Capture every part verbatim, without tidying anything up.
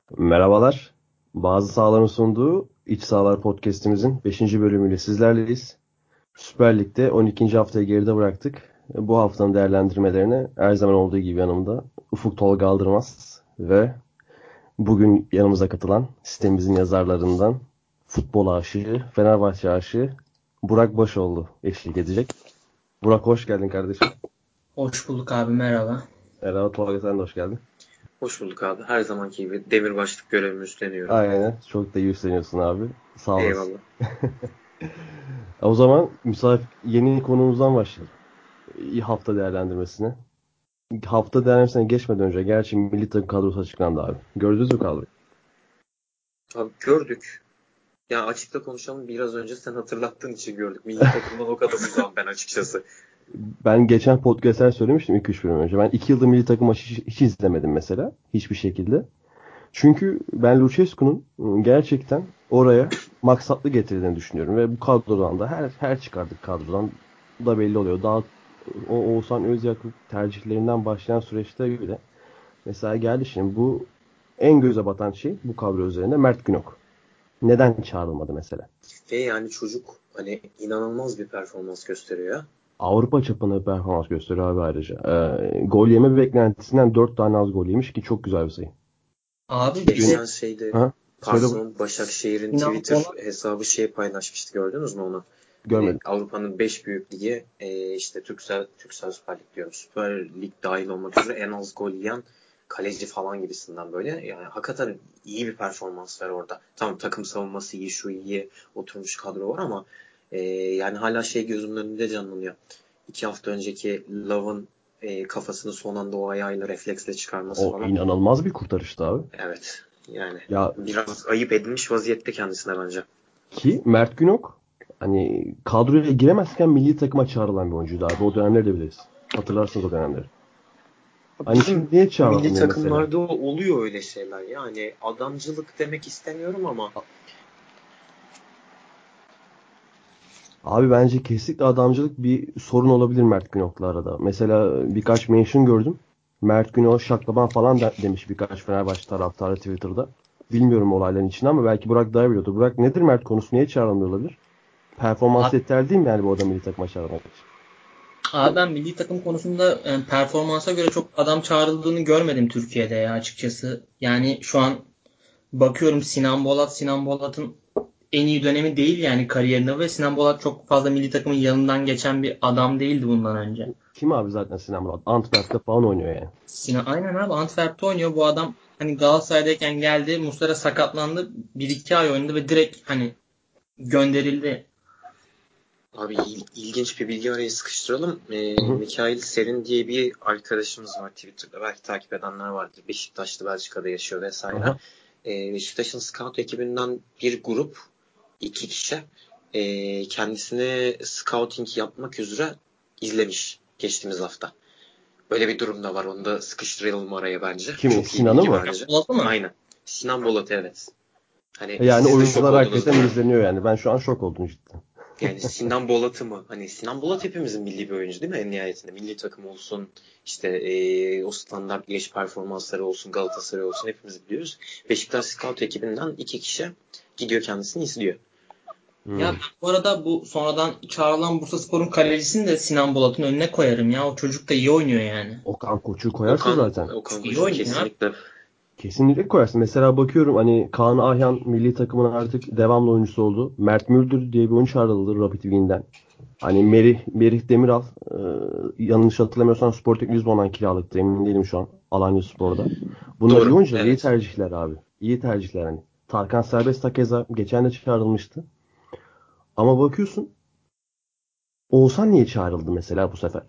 Merhabalar. Bazı sahaların sunduğu İç Sahalar Podcast'imizin beşinci bölümüyle sizlerleyiz. Süper Lig'de on ikinci haftayı geride bıraktık. Bu haftanın değerlendirmelerine her zaman olduğu gibi yanımda Ufuk Tolga Aldırmaz ve bugün yanımıza katılan sitemizin yazarlarından futbol aşığı, Fenerbahçe aşığı Burak Başoğlu eşlik edecek. Burak hoş geldin kardeşim. Hoş bulduk abi, merhaba. Merhaba Tolga, sen de hoş geldin. Hoş bulduk abi. Her zamanki gibi demirbaşlık görevimi üstleniyorum. Aynen. Çok da iyi üstleniyorsun abi. Sağ olasın. Eyvallah. O zaman misafir yeni konumuzdan başlayalım. İyi hafta değerlendirmesine. Hafta değerlendirmesine geçmeden önce gerçi milli takım kadrosu açıklandı abi. Gördünüz mü kadroyu? Abi gördük. Ya açıkta konuşalım, biraz önce sen hatırlattığın için gördük. Milli takımdan o kadar uzağım ben açıkçası. Ben geçen podcast'ler söylemiştim iki üç bölüm önce. Ben iki yıldır milli takım maçı hiç, hiç izlemedim mesela. Hiçbir şekilde. Çünkü ben Lucescu'nun gerçekten oraya maksatlı getirdiğini düşünüyorum. Ve bu kadrodan da her her çıkardık kadrodan bu da belli oluyor. Daha o Oğuzhan Özyakın tercihlerinden başlayan süreçte bile mesela geldi şimdi bu en göze batan şey bu kadro üzerinde Mert Günok. Neden çağrılmadı mesela? Ve yani çocuk hani inanılmaz bir performans gösteriyor ya. Avrupa çapında bir performans gösteriyor abi ayrıca. Ee, gol yeme beklentisinden dört tane az gol yemiş ki çok güzel bir sayı. Abi bir de Geçen şeyde Ha? Söyle bu. Parson Başakşehir'in Sinan Twitter Polat hesabı şey paylaşmıştı, gördünüz mü onu? Hani Görmedim. Avrupa'nın beş büyük ligi, e, işte Türksel, Türksel Süper Lig diyorum. Süper Lig dahil olmak üzere en az gol yiyen kaleci falan gibisinden böyle. Yani hakikaten iyi bir performans var orada. Tamam, takım savunması iyi, şu iyi, oturmuş kadro var ama e, yani hala şey gözümün önünde canlanıyor. İki hafta önceki Love'ın e, kafasını son anda o ayağıyla refleksle çıkarması O falan. inanılmaz bir kurtarıştı abi. Evet. Yani Ya biraz ayıp edilmiş vaziyette kendisine bence. ki Mert Günok hani kadroya giremezken milli takıma çağrılan bir oyuncuydu abi. O dönemleri de biliriz. Hatırlarsınız o dönemleri. Hani Bizim şimdi niye milli çağrılmıyor mesela? takımlarda oluyor öyle şeyler. Yani adamcılık demek istemiyorum ama Abi bence kesinlikle adamcılık bir sorun olabilir Mert Günok'la arada. Mesela birkaç mention gördüm. Mert Günok şaklaban falan da demiş birkaç Fenerbahçe taraftarı Twitter'da. Bilmiyorum olayların içinde ama belki Burak daha biliyordur. Burak nedir Mert konusu? Niye çağrılmıyor olabilir? Performans abi, yeterli değil mi yani bu adam milli takıma çağırmak için? abi ben milli takım konusunda e, performansa göre çok adam çağrıldığını görmedim Türkiye'de ya açıkçası. Yani şu an bakıyorum Sinan Bolat, Sinan Bolat'ın en iyi dönemi değil yani kariyerinde ve Sinan Bolat çok fazla milli takımın yanından geçen bir adam değildi bundan önce. Kim abi zaten Sinan Murat? Antwerp'te falan oynuyor yani. Sinan aynen abi Antwerp'te oynuyor bu adam. Hani Galatasaray'dayken geldi, Muslera sakatlandı. Bir iki ay oynadı ve direkt hani gönderildi. abi il- ilginç bir bilgi araya sıkıştıralım. Ee, Hı hı. Mikail Serin diye bir arkadaşımız var Twitter'da. Belki takip edenler vardır. Beşiktaş'ta, Belçika'da yaşıyor vesaire. Aha. Ee, Beşiktaş'ın scout ekibinden bir grup, iki kişi ee, kendisine scouting yapmak üzere izlemiş geçtiğimiz hafta. Böyle bir durum da var. Onu da sıkıştıralım araya bence. Kimi? Çok iyi Sinan'ı bilgi mı? bence. Oldu mu? Aynen. Sinan Bolat, evet. Hani E yani siz de şok oyuncular oldunuz hakikaten değil mi? izleniyor yani. Ben şu an şok oldum cidden. Yani Sinan Bolat'ı mı? Hani Sinan Bolat hepimizin bildiği bir oyuncu değil mi en nihayetinde? Milli takım olsun, işte e, o standart yaş performansları olsun, Galatasaray olsun, hepimiz biliyoruz. Beşiktaş Scout ekibinden iki kişi gidiyor kendisini izliyor. Ya Hmm. ben bu arada bu sonradan çağrılan Bursaspor'un kalecisini de Sinan Bolat'ın önüne koyarım ya. O çocuk da iyi oynuyor yani. Okan Koç'u koyarsın Okan, zaten. Okan İyi Koç'u oynuyor abi. kesinlikle. Kesinlikle koyarsın. Mesela bakıyorum hani Kaan Ayhan milli takımın artık devamlı oyuncusu oldu. Mert Müldür diye bir oyuncu çağrıldı Rapid Wien'den. Hani Merih, Merih Demiral e, yanlış hatırlamıyorsam Sporting Lisbon'dan kiralıktı. Emin değilim şu an. Alanyaspor'da. Bunlar iyi Doğru, oyuncular. İyi evet. tercihler abi. İyi tercihler hani. Tarkan Serbest Takeza geçen de çağrılmıştı. Ama bakıyorsun Oğuzhan niye çağrıldı mesela bu sefer?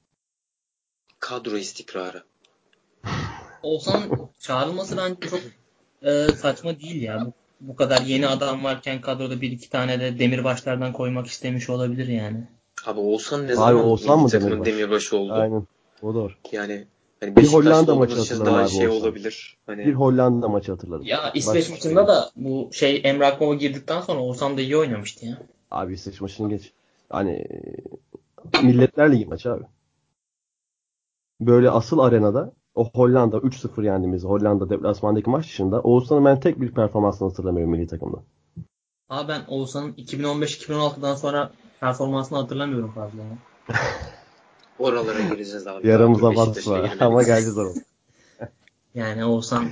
Kadro istikrarı. Oğuzhan'ın çağrılması bence çok e, saçma değil ya. Bu, bu kadar yeni adam varken kadroda bir iki tane de demirbaşlardan koymak istemiş olabilir yani. Abi Oğuzhan ne Abi zaman Oğuzhan milli mı takımın Demirbaş? demirbaşı oldu? Aynen. O doğru. Yani hani Bir Beşiktaşlı Hollanda maçı olmamız için hatırlarım daha abi şey Oğuzhan. olabilir. Bir Hani Hollanda maçı hatırlarım. Ya İsveç Başka hiçbir şey maçında değil. da bu şey Emre Akbaba girdikten sonra Oğuzhan da iyi oynamıştı ya. Abi İsveç maçını geç. Hani Milletler Ligi maçı abi. Böyle asıl arenada. O Hollanda üç sıfır yendiğimiz Hollanda deplasmandaki maç dışında Oğuzhan'ın ben tek bir performansını hatırlamıyorum milli takımda. Abi ben Oğuzhan'ın iki bin on beş iki bin on altıdan sonra performansını hatırlamıyorum fazla. Oralara gireceğiz abi. Yaramıza Daha dur Beşiktaş'a basma girmedik. ama geleceğiz oraya. Yani Oğuzhan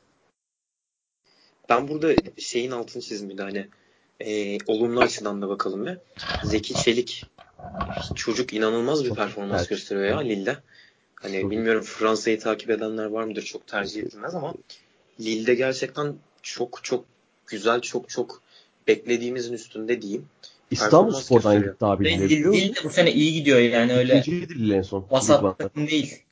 Ben burada şeyin altını çizdim bir de hani e, olumlu açıdan da bakalım ya. Zeki Çelik çocuk inanılmaz bir Çok performans tercih. gösteriyor ya Lille'de. Hani Çok bilmiyorum Fransa'yı takip edenler var mıdır, çok tercih edilmez ama Lille'de gerçekten çok çok güzel, çok çok beklediğimizin üstünde diyeyim. İstanbul Performans Spor'dan gösteriyor. gitti abi ve Lille Lille, biliyor Lille musun? de bu sene iyi gidiyor yani öyle İkinciydi Lille en son. Lig vasat One'da. takım değil.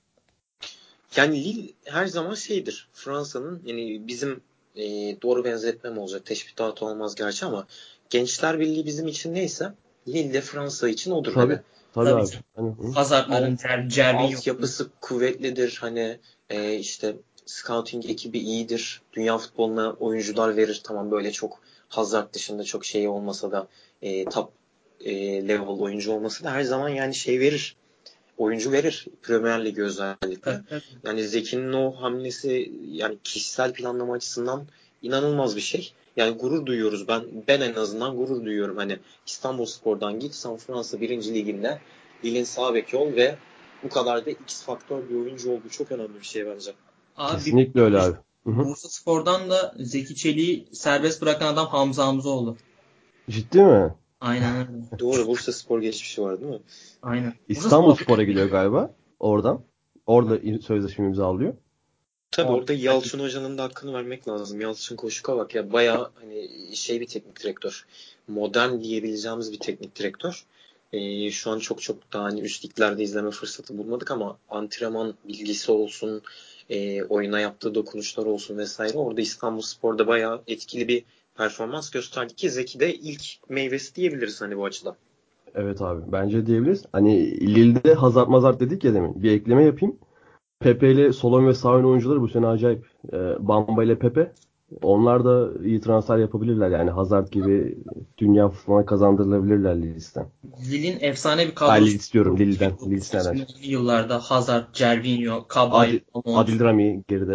Yani Lille her zaman şeydir. Fransa'nın yani bizim e, doğru benzetmem olacak. Teşbihat olmaz gerçi ama Gençler Birliği bizim için neyse Lille de Fransa için odur. Tabii. Hani Tabii Tabii abi. canım. Hani, hı. Hazard'ların, alt, Cer Cervinho'nun. altyapısı kuvvetlidir. Hani e, işte scouting ekibi iyidir. Dünya futboluna oyuncular verir. Tamam böyle çok Hazard dışında çok şey olmasa da e, top e, level oyuncu olmasa da her zaman yani şey verir. Oyuncu verir. Premier Ligi özellikle. Tabii, tabii. Yani Zeki'nin o hamlesi yani kişisel planlama açısından inanılmaz bir şey. Yani gurur duyuyoruz. Ben ben en azından gurur duyuyorum. Hani İstanbulspor'dan git San Fransa birinci Ligi'nde Lille'in sağ beki ol ve bu kadar da X faktör bir oyuncu olduğu çok önemli bir şey bence. Abi bir Kesinlikle öyle abi. Hı hı. Bursaspor'dan da Zeki Çelik'i serbest bırakan adam Hamza Hamzoğlu. Ciddi mi? Aynen öyle. Doğru, Bursaspor geçmişi var değil mi? Aynen. İstanbul Bursaspor Spor'a gidiyor galiba. Oradan. Orada sözleşme imzalıyor. Tabii Abi, orada Yalçın Hoca'nın da hakkını vermek lazım. Yalçın Koşukavak ya bayağı hani şey bir teknik direktör. Modern diyebileceğimiz bir teknik direktör. Ee, şu an çok çok daha hani üst liglerde izleme fırsatı bulmadık ama antrenman bilgisi olsun, e, oyuna yaptığı dokunuşlar olsun vesaire. Orada İstanbulspor'da bayağı etkili bir performans gösterdi ki Zeki de ilk meyvesi diyebiliriz hani bu açıdan. Evet abi. Bence diyebiliriz. Hani Lille'de Hazard Mazart dedik ya demin. Bir ekleme yapayım. Pepe ile Solon ve sağ ön oyuncuları bu sene acayip. Ee, Bamba ile Pepe. Onlar da iyi transfer yapabilirler. Yani Hazard gibi dünya futboluna kazandırılabilirler Lille'den. Lille'in efsane bir Ben kadrosu. Lille istiyorum Lille'den. Lille nereden çıktı? iki bin dokuz-iki bin onlu yıllarda Hazard, Cervinho, Cabal, Adil, Amont. Adil Rami geride.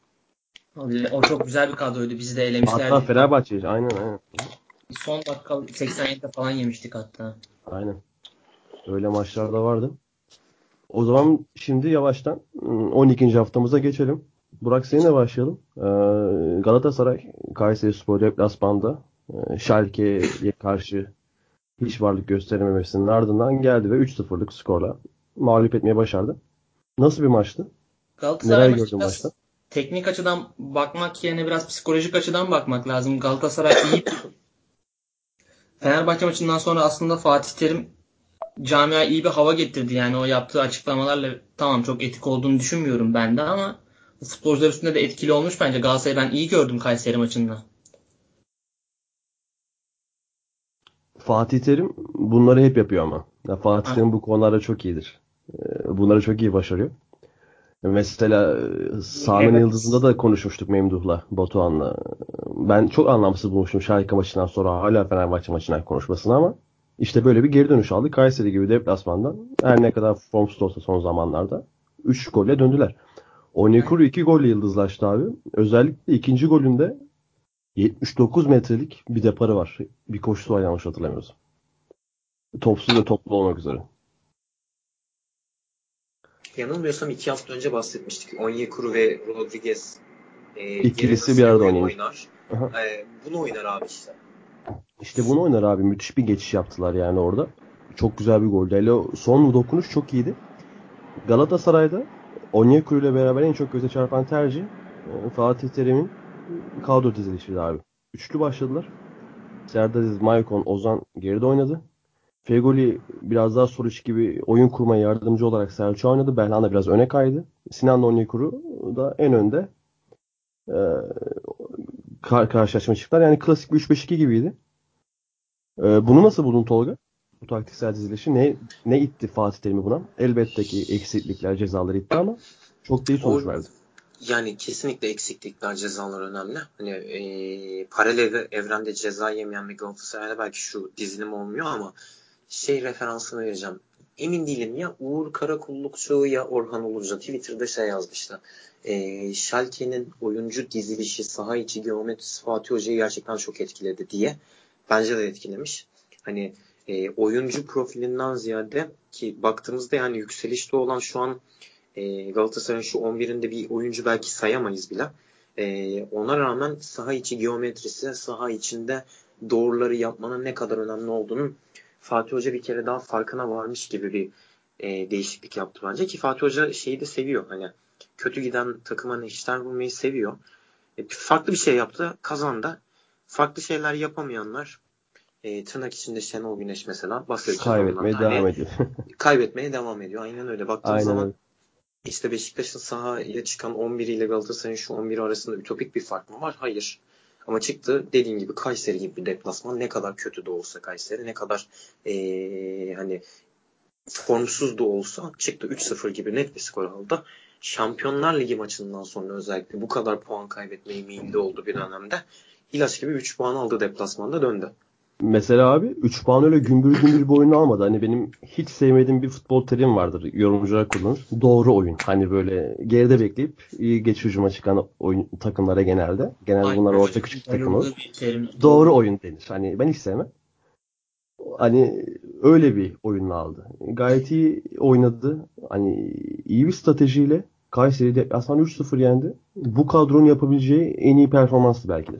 O çok güzel bir kadroydu. Bizi de Hatta elemişlerdi. Fenerbahçe. Aynen aynen. Son dakika seksen yedide falan yemiştik hatta. Aynen. Öyle maçlar da vardı. O zaman şimdi yavaştan on ikinci haftamıza geçelim. Burak seninle başlayalım. Ee, Galatasaray Kayserispor deplasmanda e, Schalke'ye karşı hiç varlık gösterememesinin ardından geldi ve üç sıfırlık skorla mağlup etmeye başardı. Nasıl bir maçtı? Galatasaray Neler maçı gördün maçta? biraz teknik açıdan bakmak yerine biraz psikolojik açıdan bakmak lazım. Galatasaray iyi. Fenerbahçe maçından sonra aslında Fatih Terim camiaya iyi bir hava getirdi. Yani o yaptığı açıklamalarla tamam çok etik olduğunu düşünmüyorum ben de ama futbolcular üstünde de etkili olmuş bence. Galatasaray'ı ben iyi gördüm Kayseri maçında. Fatih Terim bunları hep yapıyor ama. Ya Fatih Ha, Terim bu konularda çok iyidir. Ee, Bunları çok iyi başarıyor. Mesela e, sahanın evet. yıldızında da konuşmuştuk Memduh'la, Batuhan'la. Ben çok anlamsız bulmuştum Schalke maçından sonra hala Fenerbahçe maçından konuşmasını ama işte böyle bir geri dönüş aldı. Kayseri gibi deplasmandan her ne kadar formsuz olsa son zamanlarda üç golle döndüler. Onyekuru iki golle yıldızlaştı abi. Özellikle ikinci golünde yetmiş dokuz metrelik bir deparı var. Bir koşusu var yanlış hatırlamıyorsam. Topsuz ve toplu olmak üzere. Yanılmıyorsam iki hafta önce bahsetmiştik. Onyekuru ve Rodriguez e, geri İkilisi nasıl bir bir arada oyun oynuyor. oynar? Aha. E, bunu oynar abi işte. İşte bunu oynar abi. Müthiş bir geçiş yaptılar yani orada. Çok güzel bir goldü. Hele o son dokunuş çok iyiydi. Galatasaray'da Onyekuru ile beraber en çok göze çarpan tercih e, Fatih Terim'in kadro dizilişiydi abi. Üçlü başladılar. Serdar Aziz, Maicon, Ozan geride oynadı. Fegoli biraz daha soru içi gibi oyun kurmaya yardımcı olarak Selçuk oynadı. Belhanda biraz öne kaydı. Sinan'la Onyekuru da en önde e, kar- karşılaşma çıktılar. Yani klasik bir üç beş iki gibiydi. E, bunu nasıl buldun Tolga? Bu taktiksel dizilişi ne ne itti Fatih Terim'i buna? Elbette ki eksiklikler, cezalar itti ama çok da iyi O sonuç verdi. yani kesinlikle eksiklikler, cezalar önemli. Hani e, paralel evrende ceza yemeyen bir Galatasaray'da belki şu dizilim olmuyor ama şey referansını vereceğim. emin değilim ya Uğur Karakullukçu ya Orhan Ulucu Twitter'da şey yazmıştı. E, Schalke'nin oyuncu dizilişi, saha içi geometrisi Fatih Hoca'yı gerçekten çok etkiledi diye. Bence de etkilemiş. Hani e, oyuncu profilinden ziyade ki baktığımızda yani yükselişte olan şu an e, Galatasaray'ın şu on birinde bir oyuncu belki sayamayız bile. E, ona rağmen saha içi geometrisi, saha içinde doğruları yapmanın ne kadar önemli olduğunu Fatih Hoca bir kere daha farkına varmış gibi bir e, değişiklik yaptı bence ki Fatih Hoca şeyi de seviyor. Hani kötü giden takıma neşter vurmayı seviyor. E, farklı bir şey yaptı, kazandı. Farklı şeyler yapamayanlar e, tırnak içinde Şenol Güneş mesela bahsedeceğiz ondan Kaybetmeye da. devam Hani ediyor. kaybetmeye devam ediyor. Aynen öyle. Baktığımız Aynen zaman öyle. işte Beşiktaş'ın sahaya çıkan on bir ile Galatasaray'ın şu on biri arasında ütopik bir fark mı var? Hayır. Ama çıktı dediğin gibi Kayseri gibi bir deplasman. Ne kadar kötü de olsa Kayseri, ne kadar ee, hani formsuz da olsa çıktı üç sıfır gibi net bir skor aldı. Şampiyonlar Ligi maçından sonra özellikle bu kadar puan kaybetmeye meyilli oldu bir dönemde. İlaç gibi üç puan aldı deplasmanda döndü. Mesela abi üç puan öyle gümbür gümbür bir oyunu almadı. Hani benim hiç sevmediğim bir futbol terim vardır. Yorumcular kullanır. Doğru oyun. Hani böyle geride bekleyip iyi geç hücuma çıkan oyun, takımlara genelde. Genelde bunlar orta küçük takım olur. Bir terim. Doğru, Doğru oyun denir. Hani ben hiç sevmem. Hani öyle bir oyunla aldı. Gayet iyi oynadı. Hani iyi bir stratejiyle Kayseri deplasman üç sıfır yendi. Bu kadronun yapabileceği en iyi performanstı belki de.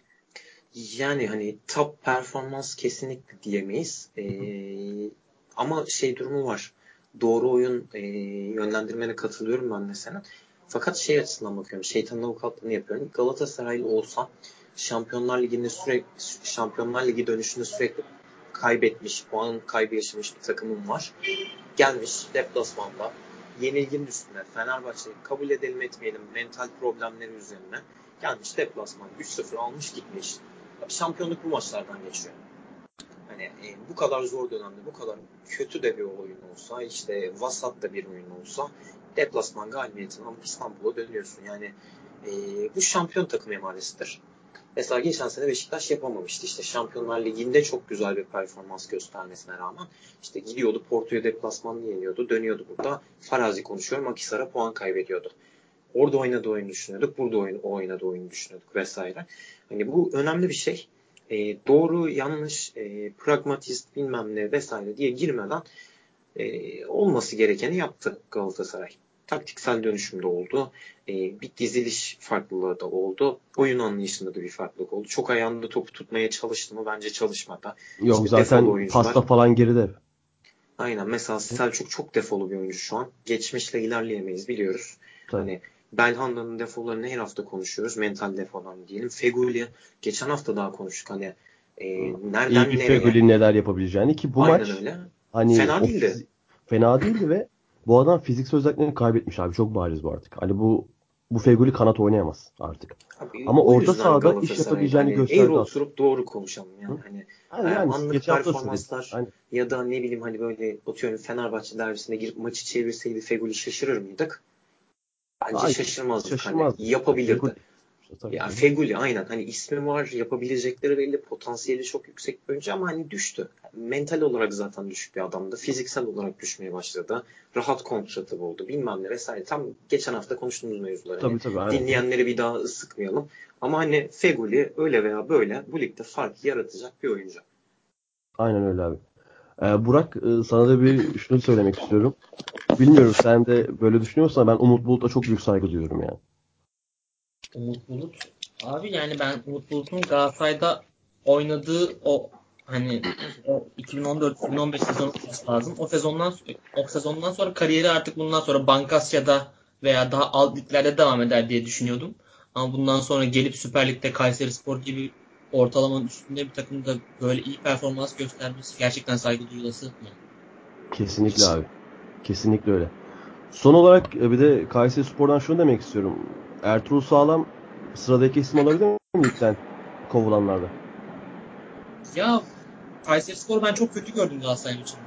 Yani hani top performans kesinlikle diyemeyiz. Ee, ama şey durumu var. Doğru oyun e, yönlendirmene katılıyorum ben de senin. Fakat şey açısından bakıyorum. Şeytanın avukatlığını yapıyorum. Galatasaraylı olsam Şampiyonlar Ligi'nde sürekli Şampiyonlar Ligi dönüşünde sürekli kaybetmiş, puan kaybı yaşamış bir takımım var. Gelmiş deplasmanda yenilginin üstüne Fenerbahçe kabul edelim etmeyelim mental problemleri üzerine gelmiş deplasman üç sıfır almış gitmiş. Şampiyonluk bu maçlardan geçiyor. Hani e, bu kadar zor dönemde bu kadar kötü de bir oyun olsa işte vasat da bir oyun olsa deplasman galibiyetini alıp İstanbul'a dönüyorsun. Yani e, bu şampiyon takım emaresidir. Mesela geçen sene Beşiktaş yapamamıştı. İşte Şampiyonlar Ligi'nde çok güzel bir performans göstermesine rağmen işte gidiyordu Porto'yu deplasmanla yeniyordu. Dönüyordu burada. Farazi konuşuyorum. Akhisar'a puan kaybediyordu. Orada oynadığı oyunu düşünüyorduk. Burada oyun, o oynadığı oyunu düşünüyorduk vesaire. Hani bu önemli bir şey. E, doğru, yanlış, e, pragmatist bilmem ne vesaire diye girmeden e, olması gerekeni yaptı Galatasaray. Taktiksel dönüşümde oldu. E, bir diziliş farklılığı da oldu. Oyun anlayışında da bir farklılık oldu. Çok ayağında topu tutmaya çalıştı mı? Bence çalışmadı. Yok İşte defolu zaten oyuncular. pasta falan geride. Aynen. Mesela Selçuk çok defolu bir oyuncu şu an. Geçmişle ilerleyemeyiz biliyoruz. Tabii. Hani Belhanda'nın defolarını her hafta konuşuyoruz. Mental defolarını diyelim. Feguli geçen hafta daha konuştuk. Hani e, nereden İyi bir nereye? Feguli neler yapabileceğini ki bu Aynen maç öyle. hani Fena o değildi. fizi- fena değildi ve bu adam fiziksel özelliklerini kaybetmiş abi. Çok bariz bu artık. Hani bu bu Feguli kanat oynayamaz artık. Abi, Ama o orta yüzden sahada iş Galatasaray'da yapabileceğini hani eğri gösterdi aslında. oturup doğru konuşalım yani. Hı? Hani e, Yani, yani anlık geçen hafta söyledik. performanslar Hani ya da ne bileyim hani böyle atıyorum Fenerbahçe derbisinde girip maçı çevirseydi Feguli şaşırır mıydık? Bence hayır, şaşırmazdık. Hani şaşırmazdık. Ya yapabilirdi. Feguli işte tabii. Ya Hı. Feguli aynen hani ismi var, yapabilecekleri belli, potansiyeli çok yüksek bir oyuncu ama hani düştü. Mental olarak zaten düşük bir adamdı. Fiziksel olarak düşmeye başladı. Rahat kontratı oldu bilmem ne vesaire. Tam geçen hafta konuştuğumuz mevzular hani Tabii tabii aynen. Hı. dinleyenleri bir daha sıkmayalım. Ama hani Feguli öyle veya böyle bu ligde fark yaratacak bir oyuncu. Aynen öyle abi. Ee, Burak e, sana da bir şunu söylemek istiyorum. Bilmiyorum sen de böyle düşünüyorsan ben Umut Bulut'a çok büyük saygı duyuyorum yani. Umut Bulut. Abi yani ben Umut Bulut'un Galatasaray'da oynadığı o hani o iki bin on dört iki bin on beş sezonu olması lazım. O sezondan o sezondan sonra kariyeri artık bundan sonra Bankasya'da veya daha alt liglerde devam eder diye düşünüyordum. Ama bundan sonra gelip Süper Lig'de Kayserispor gibi ortalamanın üstünde bir takımda böyle iyi performans göstermesi gerçekten saygı duyulası. Yani. Kesinlikle abi. Kesinlikle öyle. Son olarak e, bir de Kayserispor'dan şunu demek istiyorum. Ertuğrul Sağlam sıradaki isim olabilir mi ligden kovulanlarda? Ya Kayserispor ben çok kötü gördüm Galatasaray maçını.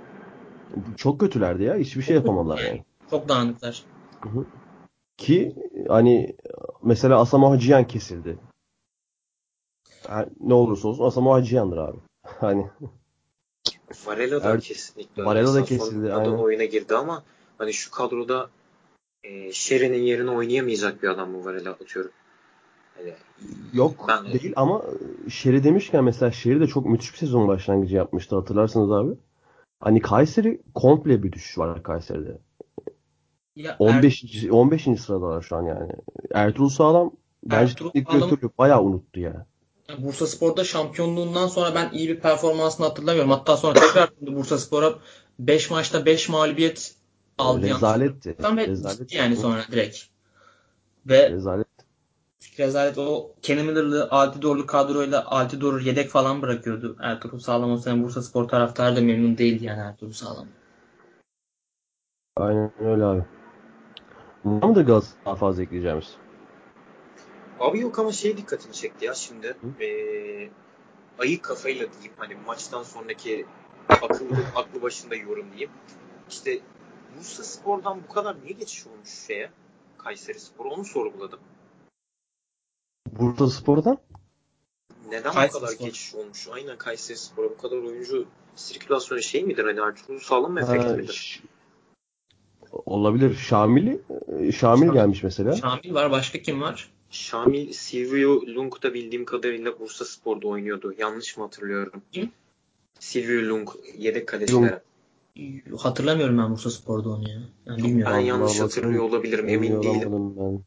Çok kötülerdi ya. Hiçbir şey Çok kötü yapamadılar yani. yani. Çok dağınıklar. Hı hı. Ki hani mesela Asamoah Gyan kesildi. Ha, ne olursa olsun Asamoah Gyan'dır abi. Hani Varela da Er, kesinlikle Varela da kesildi. kesildi. Sonradan Aynen. oyuna girdi ama hani şu kadroda e, Sherry'nin yerine oynayamayacak bir adam mı Varela atıyorum. Hani Yok ben değil ama Şeri demişken mesela Şeri de çok müthiş bir sezon başlangıcı yapmıştı, hatırlarsınız abi. Hani Kayseri komple bir düşüş var Kayseri'de. Ya on er, beşinci on beşinci sıradalar şu an yani. Ertuğrul Sağlam bence Ertuğrul teknik Sağlam'ın direktörü bayağı unuttu ya. Bursaspor'da şampiyonluğundan sonra ben iyi bir performansını hatırlamıyorum. Hatta sonra tekrar Bursaspor'a beş maçta beş mağlubiyet aldı yanlış Rezaletti. hatırlamıyorsam ve gitti Rezalet. yani Hı. sonra direkt. Ve Rezalet. rezalet o Kenny Miller'lı Altidor'lu kadroyla Altidor'u yedek falan bırakıyordu. Ertuğrul Sağlam o sene Bursaspor taraftarı da memnun değildi yani Ertuğrul Sağlam. Aynen öyle abi. Var mı da Galatasaray daha fazla ekleyeceğimiz? abi yok ama şey dikkatini çekti ya şimdi. Hı? E, ayık kafayla diyeyim hani maçtan sonraki akıllı aklı başında yorum diyeyim. İşte Bursaspor'dan bu kadar niye geçiş olmuş şeye? Kayserispor onu sorguladım. Bursaspor'dan? Neden bu kadar Kayserispor. geçiş olmuş? Aynen Kayserispor'a bu kadar oyuncu sirkülasyonu şey midir? Hani Ertuğrul Sağlam efekti Ha, midir? ş- olabilir. Şamil Şamil Şamil, gelmiş mesela. Şamil var. Başka kim var? Şamil Silvio Lung da bildiğim kadarıyla Bursaspor'da oynuyordu. Yanlış mı hatırlıyorum? Kim? Silvio Lung yedek kalecilere. Hatırlamıyorum ben Bursaspor'da onu ya. Yani Ben bilmiyorum. yanlış Vallahi hatırlıyor bakın, olabilirim. emin Emin değilim. olamadım ben.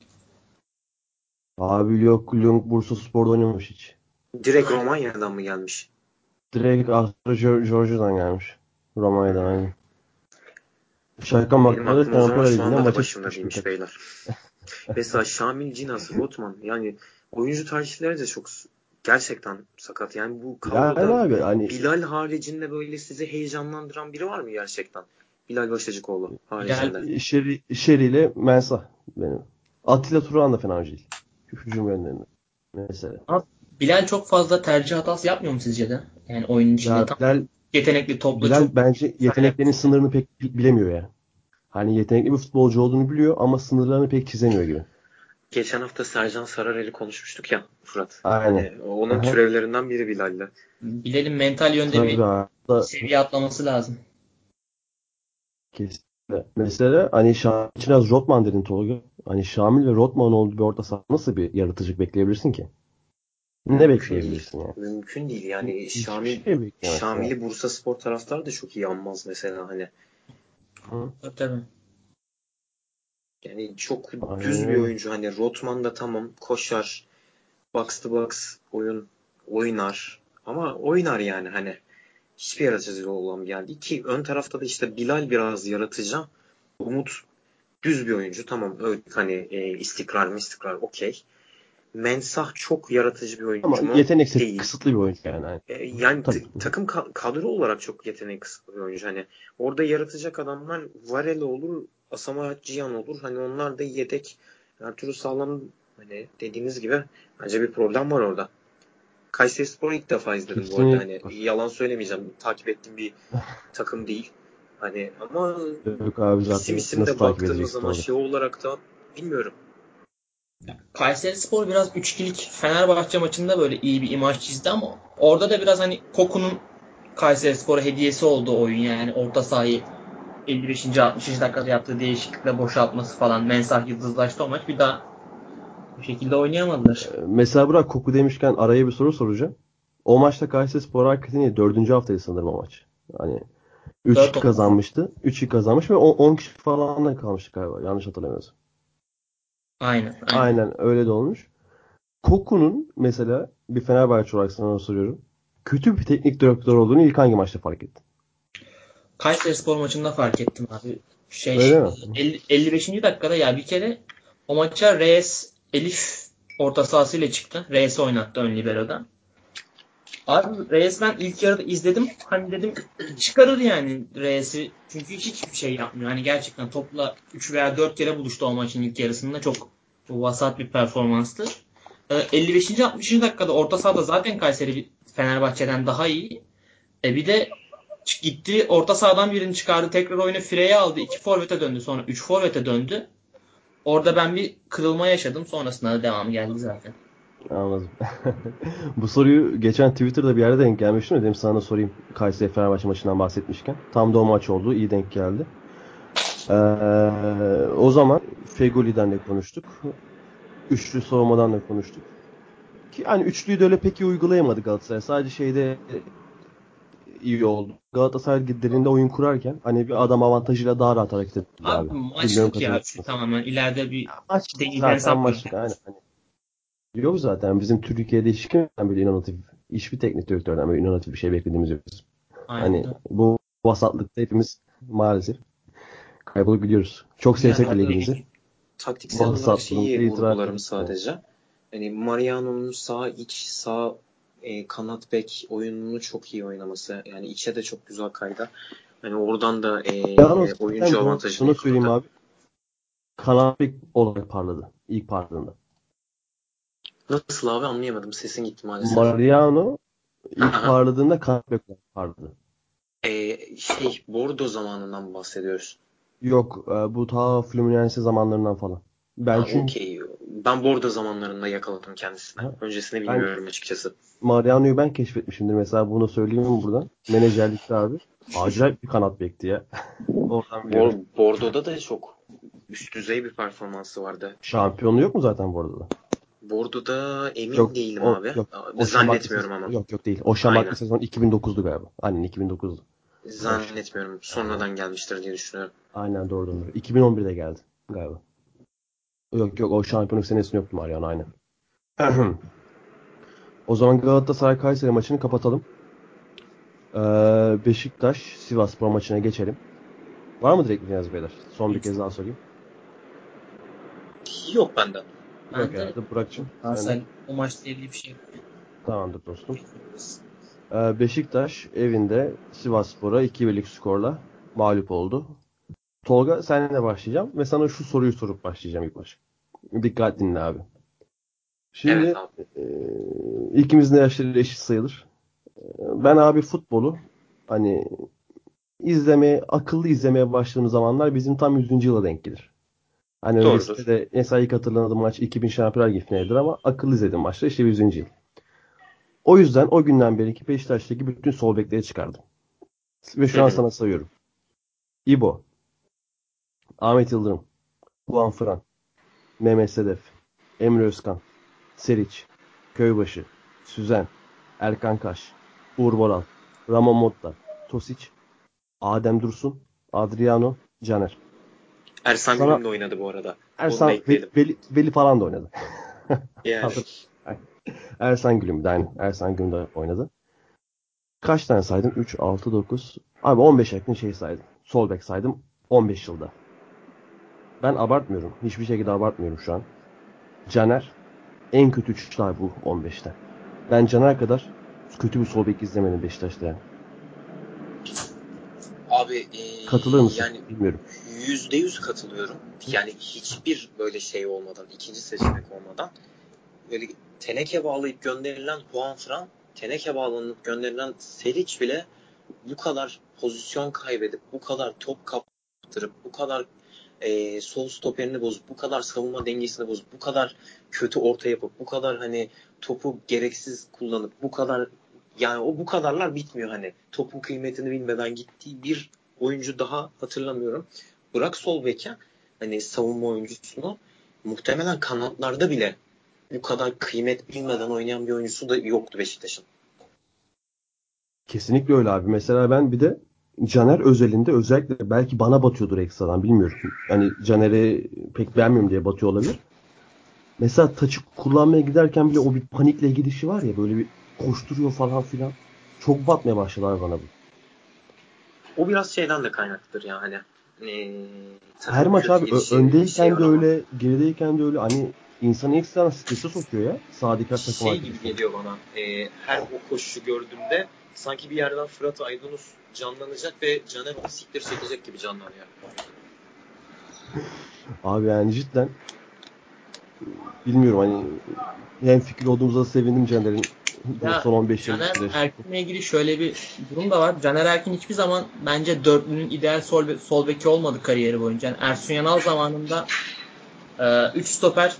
Abi yok, Lyon Bursaspor'da oynamamış hiç. Direkt Romanya'dan mı gelmiş? Direkt Astra Georgia'dan gelmiş. Romanya'dan Hmm. aynı. Şaka Benim makara aklım o zaman Şampiyonlar şu Ligi'nde anda da maça başımda çıkmış bir değilmiş takım. beyler. Mesela Şamil, Cinas, Rotman yani oyuncu tercihleri de çok gerçekten sakat. Yani bu Yani kadroda abi hani Bilal haricinde böyle sizi heyecanlandıran biri var mı gerçekten? Bilal Başacıkoğlu Bilal, haricinde. Şeri, Şeri ile Mensah benim. Atilla Turan da fena değil. Hücum yönlerinde mesela. Bilal çok fazla tercih hatası yapmıyor mu sizce de? Yani oyunun içinde Ya tam Bilal, yetenekli topla çok Bilal bence yeteneklerinin sınırını pek bi- bilemiyor ya. Hani yetenekli bir futbolcu olduğunu biliyor ama sınırlarını pek çizemiyor gibi. Geçen hafta Sercan Sararel'i konuşmuştuk ya Fırat. Aynen. Hani onun Aha. türevlerinden biri Bilal'le. Bilal'in mental yönde bir Tabii abi. Da- seviye atlaması lazım. Kesinlikle. Mesela hani Şamil için az Rotman dedin Tolga. Hani Şamil ve Rotman olduğu bir orta saha nasıl bir yaratıcılık bekleyebilirsin ki? Ne Mümkün değil. bekleyebilirsin yani? Mümkün değil. Yani Hiçbir Şamil şey bekleyemezsin abi. Şamil'i Bursaspor taraftarı da çok iyi anmaz mesela hani. Hı. Tabii tabii. Yani çok Aynen düz bir öyle. oyuncu. Hani Rotman da tamam koşar, box to box oyun oynar. Ama oynar yani hani. Hiçbir yaratıcılığı olan bir yer değil ki. Ön tarafta da işte Bilal biraz yaratıcı. Umut düz bir oyuncu. Tamam öyle hani e, istikrar mı istikrar okey. Mensah çok yaratıcı bir Ama oyuncu mu? yetenek seti Değil. kısıtlı bir oyuncu yani. Aynen. E, Hı. yani Tabii. t- takım ka- kadro olarak çok yetenek kısıtlı bir oyuncu. Hani orada yaratacak adamlar Varela olur, Asamoah Gyan olur. Hani onlar da yedek. Ertuğrul Sağlam hani dediğiniz gibi bence bir problem var orada. Kayserispor'u ilk defa izledim bu arada. Hani Kesinlikle. yalan söylemeyeceğim. Takip ettiğim bir takım değil. Hani ama Yok abi, isim zaten isim nasıl de takip baktığımız edeceksin zaman Tolga? Şey şey olarak da bilmiyorum. Kayserispor biraz üç ikilik Fenerbahçe maçında böyle iyi bir imaj çizdi ama orada da biraz hani Koku'nun Kayserispor'a hediyesi oldu oyun yani orta sahayı elli beşinci altmışıncı dakikada yaptığı değişiklikle boşaltması falan. Mensah yıldızlaştı o maç. Bir daha bu şekilde oynayamadılar. Ee, Mesela bırak Koku demişken araya bir soru soracağım. O maçta Kayserispor hakikaten dördüncü haftaydı sanırım o maç. Hani üç iki dört on. kazanmıştı. üç iki kazanmış ve on kişi falan da kalmıştı galiba. Yanlış hatırlamıyorsam. Aynen, aynen. Aynen öyle de olmuş. Koku'nun mesela bir Fenerbahçe olarak sana soruyorum. Kötü bir teknik direktör olduğunu ilk hangi maçta fark ettin? Kayserispor maçında fark ettim abi. Öyle Şey mi? elli, elli beşinci dakikada ya bir kere o maça Reyes Elif orta sahasıyla çıktı. Reyes'i oynattı ön libero'da. Abi Reyes ben ilk yarıda izledim. Hani dedim çıkarır yani Reyes'i. Çünkü hiçbir şey yapmıyor. Hani gerçekten topla üç veya dört kere buluştu o maçın ilk yarısında. Çok vasat bir performanstı. Ee, elli beşinci altmışıncı dakikada orta sahada zaten Kayseri Fenerbahçe'den daha iyi. E bir de gitti orta sahadan birini çıkardı. Tekrar oyunu Frey'e aldı. iki forvete döndü. Sonra üç forvete döndü. Orada ben bir kırılma yaşadım. Sonrasında da devamı geldi zaten. Anladım. Bu soruyu geçen Twitter'da bir yerde denk gelmiştim. Dedim sana da sorayım. Kayseri Fenerbahçe maçından bahsetmişken. Tam da o maç oldu. İyi denk geldi. Ee, o zaman Fegoli'den de konuştuk. Üçlü savunmadan da konuştuk. Ki hani üçlüyü de öyle pek iyi uygulayamadı Galatasaray. Sadece şeyde iyi oldu. Galatasaray giderinde oyun kurarken hani bir adam avantajıyla daha rahat hareket etti abi. Abi Bilmiyorum maçlık ya katılır üçlü mısın? tamamen. İleride bir Maç deneyeceğini zaten sanmıyorum. maçlık aynen. Hani yok zaten bizim Türkiye'de hiç kimden böyle inovatif, hiçbir teknik direktörden böyle inovatif bir şey beklediğimiz yok. Aynen Hani öyle. bu vasatlıkta hepimiz maalesef kaybolup gidiyoruz. Çok Ya sevsek de zaten ligimizi. taktiksel olarak Vasatlığımıza şeyi itiraz vurgularım ediyoruz. Yani. sadece. Hani Mariano'nun sağ iç sağ e, kanat bek oyununu çok iyi oynaması. Yani içe de çok güzel kaydı. Hani oradan da e, Yalnız oyuncu ben bu avantajını şunu söyleyeyim yakaladı. abi. Kanat bek olarak parladı. İlk parladığında. Nasıl abi anlayamadım. Sesin gitti maalesef. Mariano ilk Aha. parladığında kanat bek olarak parladı. E, şey Bordo zamanından bahsediyoruz. Yok e, bu ta Fluminense zamanlarından falan. Ben Ha çünkü okey. Ben Bordo zamanlarında yakaladım kendisine. ha, Öncesini ben bilmiyorum açıkçası. Mariano'yu ben keşfetmişimdir. Mesela bunu söyleyeyim mi buradan? Menajerlikte abi. Acayip bir kanat bekti ya. Oradan biliyorum. Bor Bordo'da da çok üst düzey bir performansı vardı. Şampiyonluğu yok mu zaten bu arada da? Bordo'da emin Yok değilim o abi. yok. Aa, O Şamaklı Zannetmiyorum sezon. ama. Yok yok değil. O Şamaklı Aynen. sezon iki bin dokuzdu galiba. Aynen iki bin dokuzdu. O şey. Zannetmiyorum. Aynen. Sonradan gelmiştir diye düşünüyorum. Aynen doğru doğru. iki bin on birde geldi galiba. Yok yok o şampiyonluk senesinde yoktu Mariano aynen. O zaman Galatasaray Kayseri maçını kapatalım. Ee, Beşiktaş Sivasspor maçına geçelim. Var mı direkt Niyazi Beyler? Son bir kez daha sorayım. Yok benden. Yok Ben de herhalde. Burak'cığım sen de. Galatasaray o maçla ilgili bir şey yok. Tamamdır dostum. Ee, Beşiktaş evinde Sivasspor'a iki birlik skorla mağlup oldu. Tolga seninle başlayacağım ve sana şu soruyu sorup başlayacağım ilk baş. Dikkat dinle abi. Evet Şimdi abi. e, ikimizin de yaşları eşit sayılır. Ben abi futbolu hani izlemeye, akıllı izlemeye başladığım zamanlar bizim tam yüzüncü yıla denk gelir. Hani öncesinde Doğrudur. de mesela ilk hatırladığım maç iki bin Şampiyonlar Ligi finalidir ama akıllı izlediğim maçlar işte yüzüncü yıl. O yüzden o günden beri ki Beşiktaş'taki bütün sol bekleri çıkardım. Ve Hı şu an hı. sana sayıyorum. İbo, Ahmet Yıldırım, Juan Fran, Mehmet Sedef, Emre Özkan, Seriç, Köybaşı, Süzen, Erkan Kaş, Uğur Boral, Ramon Motta, Tosic, Adem Dursun, Adriano, Caner. Ersan Sana Gül'ün de oynadı bu arada. Onu da Ersan Veli, ekleyelim. Veli, Veli falan da oynadı. Yani. Hatır. Ersan Gül'üm de aynen. Ersan Gül'üm de oynadı. Kaç tane saydım? üç, altı, dokuz. Abi on beş yakın şey saydım. Sol bek saydım. on beş yılda. Ben abartmıyorum. Hiçbir şekilde abartmıyorum şu an. Caner en kötü üçlü abi bu on beşte. Ben Caner kadar kötü bir sol bek izlemedim Beşiktaş'ta yani. Abi ee, Katılır mısın? yani Bilmiyorum. yüzde yüz katılıyorum. Yani hiçbir böyle şey olmadan, ikinci seçenek olmadan böyle teneke bağlayıp gönderilen Juan Fran, teneke bağlanıp gönderilen Seric bile bu kadar pozisyon kaybedip, bu kadar top kaptırıp, bu kadar e, sol stoperini bozup, bu kadar savunma dengesini bozup, bu kadar kötü orta yapıp, bu kadar hani topu gereksiz kullanıp, bu kadar yani o bu kadarlar bitmiyor hani. Topun kıymetini bilmeden gittiği bir oyuncu daha hatırlamıyorum. Bırak sol beke hani savunma oyuncusunu muhtemelen kanatlarda bile bu kadar kıymet bilmeden oynayan bir oyuncusu da yoktu Beşiktaş'ın. Kesinlikle öyle abi. Mesela ben bir de Caner özelinde özellikle belki bana batıyordur ekstradan bilmiyorum. Hani Caner'i pek beğenmiyorum diye batıyor olabilir. Mesela taçı kullanmaya giderken bile o bir panikle gidişi var ya böyle bir koşturuyor falan filan. Çok batmaya başladılar bana bu. O biraz şeyden de kaynaklıdır yani. Ee, Her takım maç kötü abi ö- gidişi bir şey öndeyken var de ama öyle, gerideyken de öyle. Hani insanı ekstradan strese sokuyor ya. Sağdaki takım şey gibi arkadaşları. geliyor bana. E, her o koşuyu gördüğümde sanki bir yerden Fırat Aydınus canlanacak ve Caner onu siktir çekecek gibi canlanıyor. Abi yani cidden bilmiyorum hani hem fikir olduğumuza sevindim Caner'in bu Ya son on beş yıllık Caner süreçte. Erkin'le ilgili şöyle bir durum da var. Caner Erkin hiçbir zaman bence dörtlünün ideal sol, sol beki olmadı kariyeri boyunca. Yani Ersun Yanal zamanında üç stoper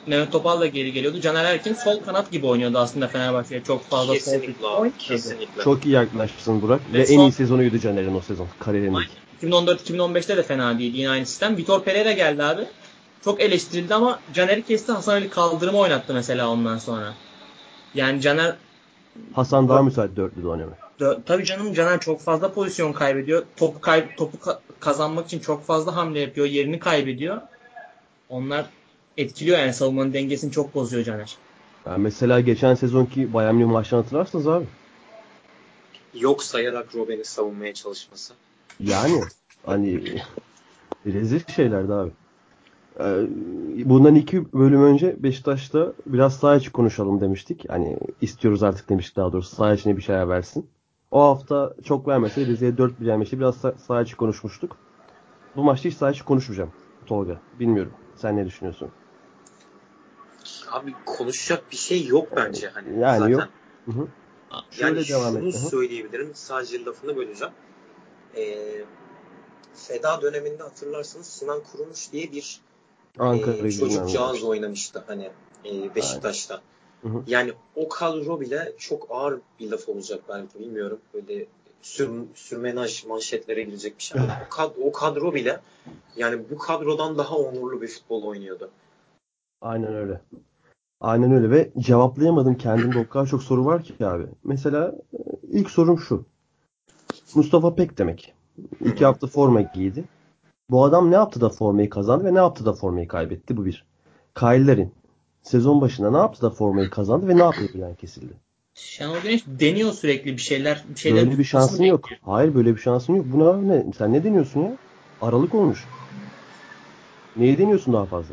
Mehmet Topal da geri geliyordu. Caner Erkin sol kanat gibi oynuyordu aslında Fenerbahçe'ye. Çok fazla kesinlikle sol abi, kesinlikle. Çok iyi yaklaştın Burak. Ve, Ve en son- iyi sezonuydu Caner'in o sezon. Kariyerindeki. iki bin on dört iki bin on beşte de fena değil. Yine aynı sistem. Vitor Pereira geldi abi. Çok eleştirildi ama Caner'i kesti. Hasan Ali Kaldırım'ı oynattı mesela ondan sonra. Yani Caner Hasan daha müsait dörtlü de oynamaya. Dö- Tabii canım, Caner çok fazla pozisyon kaybediyor. Topu kay- topu ka- kazanmak için çok fazla hamle yapıyor. Yerini kaybediyor. Onlar etkiliyor yani, savunmanın dengesini çok bozuyor Caner. Yani mesela geçen sezonki Bayern Münih maçını hatırlarsınız abi. Yok sayarak Robben'i savunmaya çalışması. Yani hani rezil şeylerdi abi. Ee, bundan iki bölüm önce Beşiktaş'ta biraz saha içi konuşalım demiştik. Hani istiyoruz artık demiştik daha doğrusu. Saha içine bir şeyler versin. O hafta çok vermese de Rize'ye dört bir vermesi biraz sah- saha içi konuşmuştuk. Bu maçta hiç saha içi konuşmayacağım Tolga. Bilmiyorum. Sen ne düşünüyorsun? Abi konuşacak bir şey yok bence hani Yani zaten. yok. Hı hı. Şöyle Yani devam şunu et. Hı hı. söyleyebilirim. Sadece lafını böleceğim. Ee, Feda döneminde hatırlarsanız Sinan Kurumuş diye bir Ankara e, gücünden çocukcağız oynamıştı. oynamıştı hani e, Beşiktaş'ta. Hı hı. Yani o kadro bile çok ağır bir laf olacak belki, bilmiyorum. Böyle sür, sürmenaj manşetlere girecek bir şey ama o, kad, o kadro bile yani bu kadrodan daha onurlu bir futbol oynuyordu. Aynen öyle. Aynen öyle ve cevaplayamadım kendimde o kadar çok soru var ki abi. Mesela e, ilk sorum şu. Mustafa Pek demek. Hı İki hı. hafta forma giydi. Bu adam ne yaptı da formayı kazandı ve ne yaptı da formayı kaybetti? Bu bir. Kyle Larin sezon başında ne yaptı da formayı kazandı ve ne yaptı da bilen kesildi? Şenol Güneş deniyor sürekli bir şeyler. Bir şeylerin Böyle bir tutmasını şansın yok. bekliyor. Hayır böyle bir şansın yok. Bu ne abi ne? Sen ne deniyorsun ya? Aralık olmuş. Neyi deniyorsun daha fazla?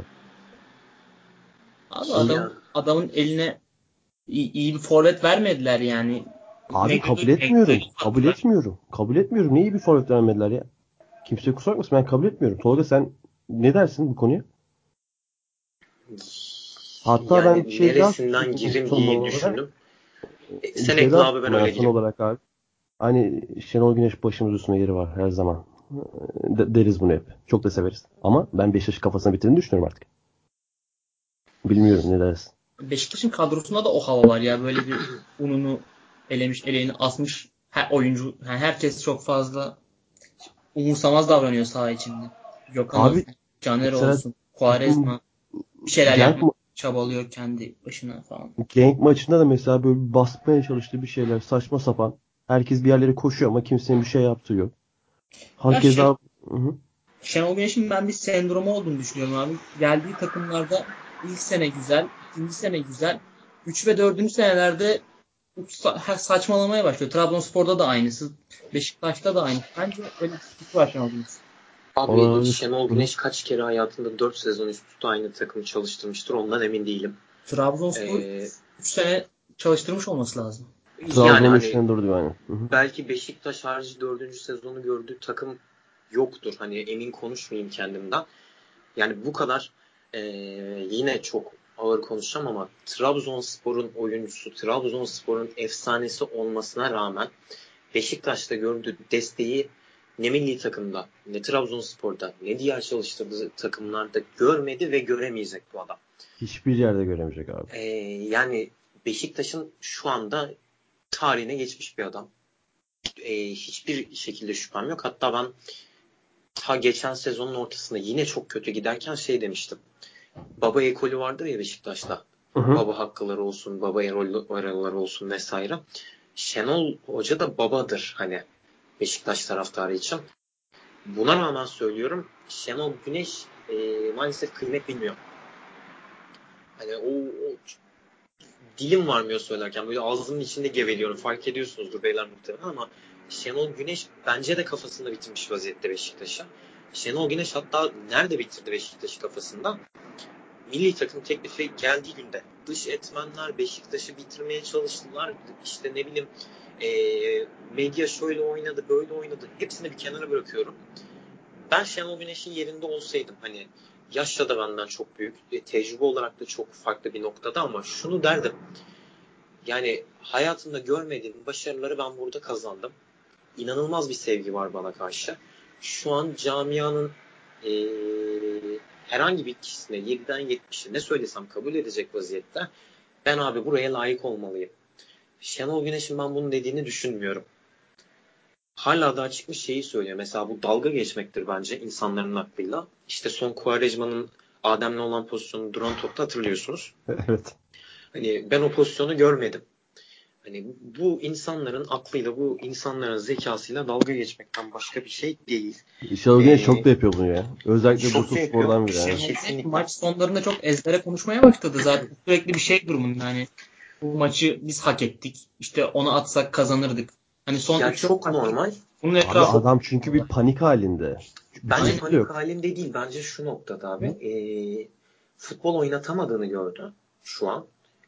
Abi Ya, adam adamın eline iyi, iyi bir forvet vermediler yani. Abi kabul Mekto'yu etmiyorum. Mekto'yu Kabul sattılar. etmiyorum. Kabul etmiyorum. Neyi bir forvet vermediler ya? Kimse kusura bakmasın, ben kabul etmiyorum. Tolga sen ne dersin bu konuya? Hatta ben bir yani şey daha neresinden söyleyeyim girim son diye olarak. düşündüm. E, Bir sen şey ekle daha abi, ben söyleyeyim ben öyle son gireyim. olarak abi. Hani Şenol Güneş başımız üstüne yeri var her zaman. De- deriz bunu hep. Çok da severiz. Ama ben Beşiktaş'ı kafasına bitirdiğini düşünüyorum artık. Bilmiyorum ne dersin? Beşiktaş'ın kadrosunda da o hava var ya. Böyle bir ununu elemiş, eleğini asmış her oyuncu. Yani herkes çok fazla umursamaz davranıyor saha içinde. Gökhan Abi olsun, Caner mesela olsun, takım Quaresma bir şeyler Genk, yapmak ma- çabalıyor kendi başına falan. Genk maçında da mesela böyle bir basmaya çalıştığı bir şeyler saçma sapan. Herkes bir yerlere koşuyor ama kimsenin bir şey yaptığı yok. Ya Hakeza Şen- hı hı. Şenol Güneş'in ben bir sendromu olduğunu düşünüyorum abi. Geldiği takımlarda ilk sene güzel, ikinci sene güzel. Üç ve dördüncü senelerde sa- saçmalamaya başlıyor. Trabzonspor'da da aynısı. Beşiktaş'ta da aynı. Bence öyle bir sıkıntı var Şenol Güneş. Abi Olabilir. Şenol Hı hı. Güneş kaç kere hayatında dört sezon üst üste aynı takımı çalıştırmıştır, ondan emin değilim. Trabzonspor Ee, üç sene çalıştırmış olması lazım. yani Trabzon'un hani işine durdu yani. Hı hı. belki Beşiktaş harici dördüncü sezonu gördüğü takım yoktur. Hani emin konuşmayayım kendimden. Yani bu kadar e, yine çok ağır konuşacağım ama Trabzonspor'un oyuncusu, Trabzonspor'un efsanesi olmasına rağmen Beşiktaş'ta gördüğü desteği ne milli takımda, ne Trabzonspor'da, ne diğer çalıştırdığı takımlarda görmedi ve göremeyecek bu adam. Hiçbir yerde göremeyecek abi. Ee, yani Beşiktaş'ın şu anda tarihine geçmiş bir adam. Ee, hiçbir şekilde şüphem yok. Hatta ben ta geçen sezonun ortasında yine çok kötü giderken şey demiştim. Baba ekolü vardır ya Beşiktaş'ta. Hı hı. Baba hakkıları olsun, baba erolları olsun vesaire. Şenol Hoca da babadır hani Beşiktaş taraftarı için. Buna rağmen söylüyorum, Şenol Güneş e, maalesef kıymet bilmiyor. Hani o, o dilim varmıyor söylerken, böyle ağzımın içinde geveliyorum. Fark ediyorsunuzdur beyler muhtemelen ama Şenol Güneş bence de kafasında bitirmiş vaziyette Beşiktaş'a. Şenol Güneş hatta nerede bitirdi Beşiktaş'ı kafasında? Milli takım teklifi geldiği günde dış etmenler Beşiktaş'ı bitirmeye çalıştılar. İşte ne bileyim e, medya şöyle oynadı, böyle oynadı. Hepsini bir kenara bırakıyorum. Ben Şenol Güneş'in yerinde olsaydım, hani yaşça da benden çok büyük, tecrübe olarak da çok farklı bir noktada ama şunu derdim. Yani hayatımda görmediğim başarıları ben burada kazandım. İnanılmaz bir sevgi var bana karşı. Şu an camianın ee, herhangi bir kişisine yediden yetmişe ne söylesem kabul edecek vaziyette. Ben abi buraya layık olmalıyım. Şenol Güneş'in ben bunu dediğini düşünmüyorum. Hala daha çıkmış şeyi söylüyor. Mesela bu dalga geçmektir bence insanların aklıyla. İşte son Quaresma'nın Adem'le olan pozisyonu duran topta hatırlıyorsunuz. Evet. Hani ben o pozisyonu görmedim. Hani bu insanların aklıyla, bu insanların zekasıyla dalga geçmekten başka bir şey değil. Şenol Güneş Ee, çok da yapıyor bunu ya. Özellikle çok Bursa da Spor'dan yapıyor. biri. Yani. Kesinlikle. Maç sonlarında çok ezbere konuşmaya başladı zaten. Sürekli bir şey durumunda. Hani bu maçı biz hak ettik. İşte onu atsak kazanırdık. Hani son Ya üç çok normal. Bunun Abi etrafı adam çünkü bir panik halinde. Bence Aynen. panik Yok. halinde değil. Bence şu noktada abi. E, futbol oynatamadığını gördü şu an.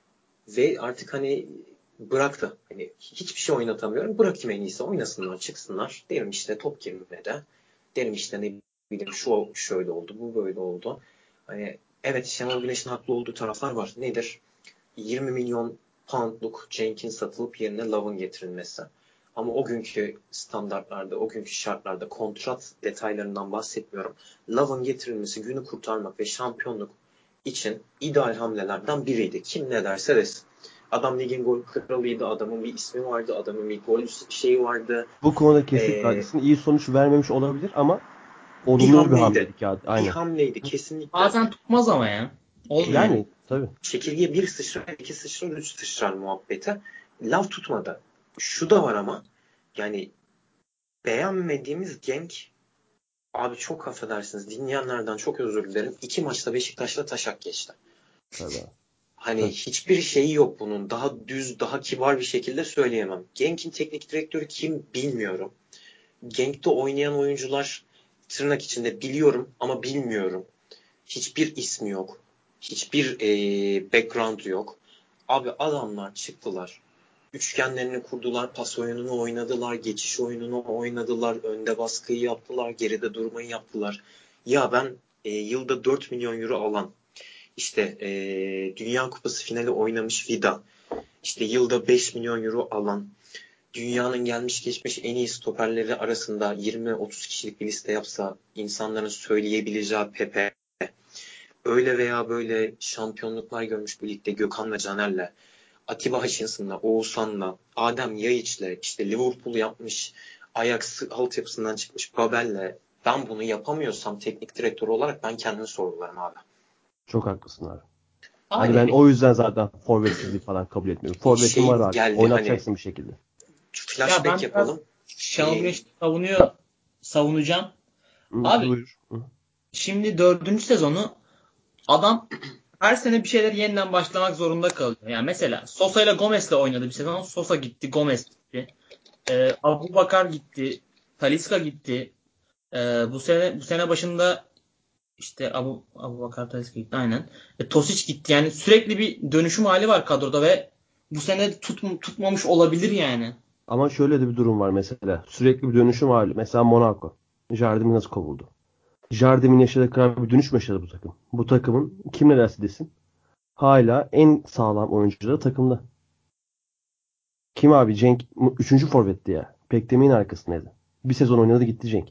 Ve artık hani bıraktı. Hani hiçbir şey oynatamıyorum. Bırakayım en iyisi. Oynasınlar, çıksınlar. Derim işte top girmedi. Derim işte ne bileyim şu şöyle oldu, bu böyle oldu. Hani evet Şenol Güneş'in haklı olduğu taraflar var. Nedir? yirmi milyon poundluk Cenk'in satılıp yerine Love'ın getirilmesi. Ama o günkü standartlarda, o günkü şartlarda kontrat detaylarından bahsetmiyorum. Love'ın getirilmesi günü kurtarmak ve şampiyonluk için ideal hamlelerden biriydi. Kim ne derse desin. Adam ligin gol kralıydı, adamın bir ismi vardı, adamın bir gol şeyi vardı. Bu konuda kesinlikle Ee, haklısın. İyi sonuç vermemiş olabilir ama bir olumlu bir hamleydi. hamleydi ki. Bir Aynen. hamleydi kesinlikle. bazen tutmaz ama ya. Olmuyor. Yani tabii. Çekirge bir sıçrar, iki sıçrar, üç sıçrar muhabbeti. Laf tutmadı. Şu da var ama yani beğenmediğimiz Genk abi çok affedersiniz dinleyenlerden çok özür dilerim. İki maçta Beşiktaş'la taşak geçti. Tabii. Hani Tabii. hiçbir şeyi yok bunun. Daha düz, daha kibar bir şekilde söyleyemem. Genk'in teknik direktörü kim bilmiyorum. Genk'te oynayan oyuncular tırnak içinde biliyorum ama bilmiyorum. Hiçbir ismi yok. Hiçbir ee, background yok. Abi adamlar çıktılar. Üçgenlerini kurdular, pas oyununu oynadılar, geçiş oyununu oynadılar, önde baskıyı yaptılar, geride durmayı yaptılar. Ya ben e, yılda dört milyon euro alan, işte e, Dünya Kupası finali oynamış Vida, işte yılda beş milyon euro alan, dünyanın gelmiş geçmiş en iyi stoperleri arasında yirmi otuz kişilik bir liste yapsa insanların söyleyebileceği Pepe, öyle veya böyle şampiyonluklar görmüş bu ligde Gökhan ve Caner'le, Atiba Hutchinson'la, Oğuzhan'la, Adem Yaiç'le, işte Liverpool yapmış, Ajax altyapısından çıkmış Babel'le ben bunu yapamıyorsam teknik direktör olarak ben kendimi sorgularım abi. Çok haklısın abi. Hani Hani ben o yüzden zaten forvetsizliği falan kabul etmiyorum. Forvetin şey var abi. geldi Oynatacaksın hani bir şekilde. Ya flashback ben biraz yapalım. Şenol Ee, Güneş'i savunuyor, savunacağım. Hı, Abi buyur. Hı. şimdi dördüncü sezonu adam her sene bir şeyler yeniden başlamak zorunda kalıyor. Yani mesela Sosa ile Gomez'le oynadı bir sezon. Sosa gitti, Gomez gitti. Ee, Abubakar gitti, Talisca gitti. Ee, bu sene bu sene başında işte Abu Abubakar Talisca gitti aynen. E, Tosic gitti. Yani sürekli bir dönüşüm hali var kadroda ve bu sene tut, tutmamış olabilir yani. Ama şöyle de bir durum var mesela. Sürekli bir dönüşüm hali. Mesela Monaco. Jardim nasıl kovuldu? Jardim'in yaşadığı kadar bir dönüşüm yaşadı bu takım. Bu takımın kim ne derse desin hala en sağlam oyuncuları takımda. Kim abi? Cenk üçüncü forvetti ya. Pektem'in arkasındaydı. Bir sezon oynadı gitti Cenk.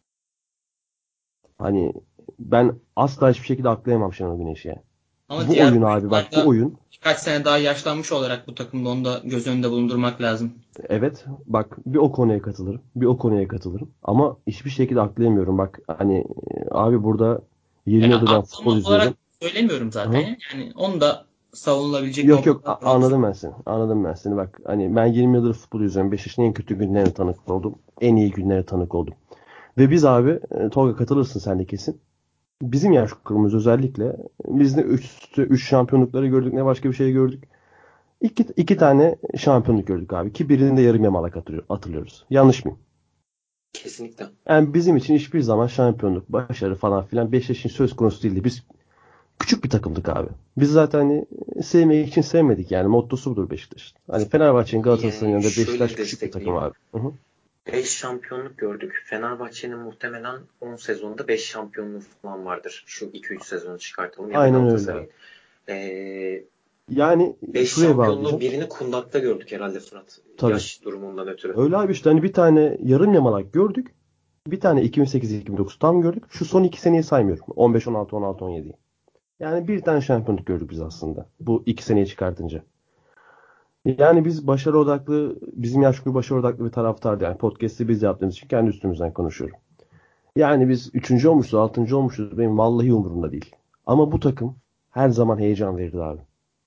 Hani ben asla hiçbir şekilde aklayamam Şenol Güneş'i ya. Ama Bu diğer oyun abi bak oyuncular bu da oyun. birkaç sene daha yaşlanmış olarak bu takımda onu da göz önünde bulundurmak lazım. Evet bak bir o konuya katılırım. Bir o konuya katılırım. Ama hiçbir şekilde aklayamıyorum. Bak hani abi burada yirmi Ya yıldır ben futbol aklama olarak izliyorum. söylemiyorum zaten. Hı? ya. Yani onu da savunulabilecek Yok yok noktalar a- olduğunu anladım ben seni. Anladım ben seni. Bak hani ben yirmi yıldır futbol izliyorum. Beşiktaş'ın en kötü günlerine tanık oldum. En iyi günlere tanık oldum. Ve biz abi e, Tolga katılırsın sen de kesin. Bizim yaş grubumuz özellikle biz ne üst üç şampiyonlukları gördük ne başka bir şey gördük. İki, iki tane şampiyonluk gördük abi ki birinde yarım yamalak hatırlıyor- hatırlıyoruz. Yanlış mıyım? kesinlikle. Yani bizim için hiçbir zaman şampiyonluk, başarı falan filan Beşiktaş'ın söz konusu değildi. Biz küçük bir takımdık abi. Biz zaten hani sevmek için sevmedik yani. Mottosu budur Beşiktaş'ın. Hani Fenerbahçe'nin Galatasaray'ın Ee, yanında Beşiktaş şöyle küçük bir takım destekleyeyim. abi. Hı hı. beş şampiyonluk gördük. Fenerbahçe'nin muhtemelen on sezonda beş şampiyonluğu falan vardır. Şu iki üç sezonu çıkartalım. Ya da Aynen öyle abi. Galatasaray'ın. Ee, Yani beş şuraya şampiyonluğu bağlayacağım. birini kundakta gördük herhalde Fırat. Tabii. Yaş durumundan ötürü. Öyle abi işte hani bir tane yarım yamalak gördük. Bir tane iki bin sekiz iki bin dokuz tam gördük. Şu son iki seneyi saymıyorum. on beş on altı on altı on yedi. Yani bir tane şampiyonluk gördük biz aslında. Bu iki seneyi çıkartınca. Yani biz başarı odaklı, bizim yaş grubu başarı odaklı bir taraftardı. Yani podcast'i biz yaptığımız için kendi üstümüzden konuşuyorum. Yani biz üçüncü olmuşuz, altıncı olmuşuz. Benim vallahi umurumda değil. Ama bu takım her zaman heyecan verirdi abi.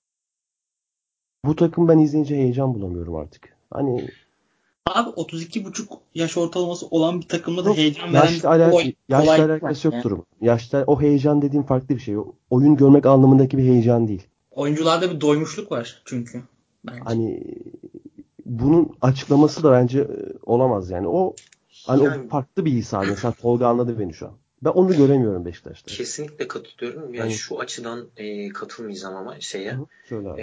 Bu takım ben izleyince heyecan bulamıyorum artık. Hani Abi otuz iki buçuk yaş ortalaması olan bir takımda da yok, heyecan veren yaşla, bir ala kolay, yaşla kolay alakası yok yani. durum. Yaşta o heyecan dediğim farklı bir şey. O, oyun görmek anlamındaki bir heyecan değil. Oyuncularda bir doymuşluk var çünkü bence. Hani bunun açıklaması da bence e, olamaz yani. O hani o Yani farklı bir his abi. Mesela Tolga anladı beni şu an. Ben onu göremiyorum Beşiktaş'ta. kesinlikle katılıyorum. Yani Hani şu açıdan e, katılmayacağım ama şeye. hı, söyle abi. E,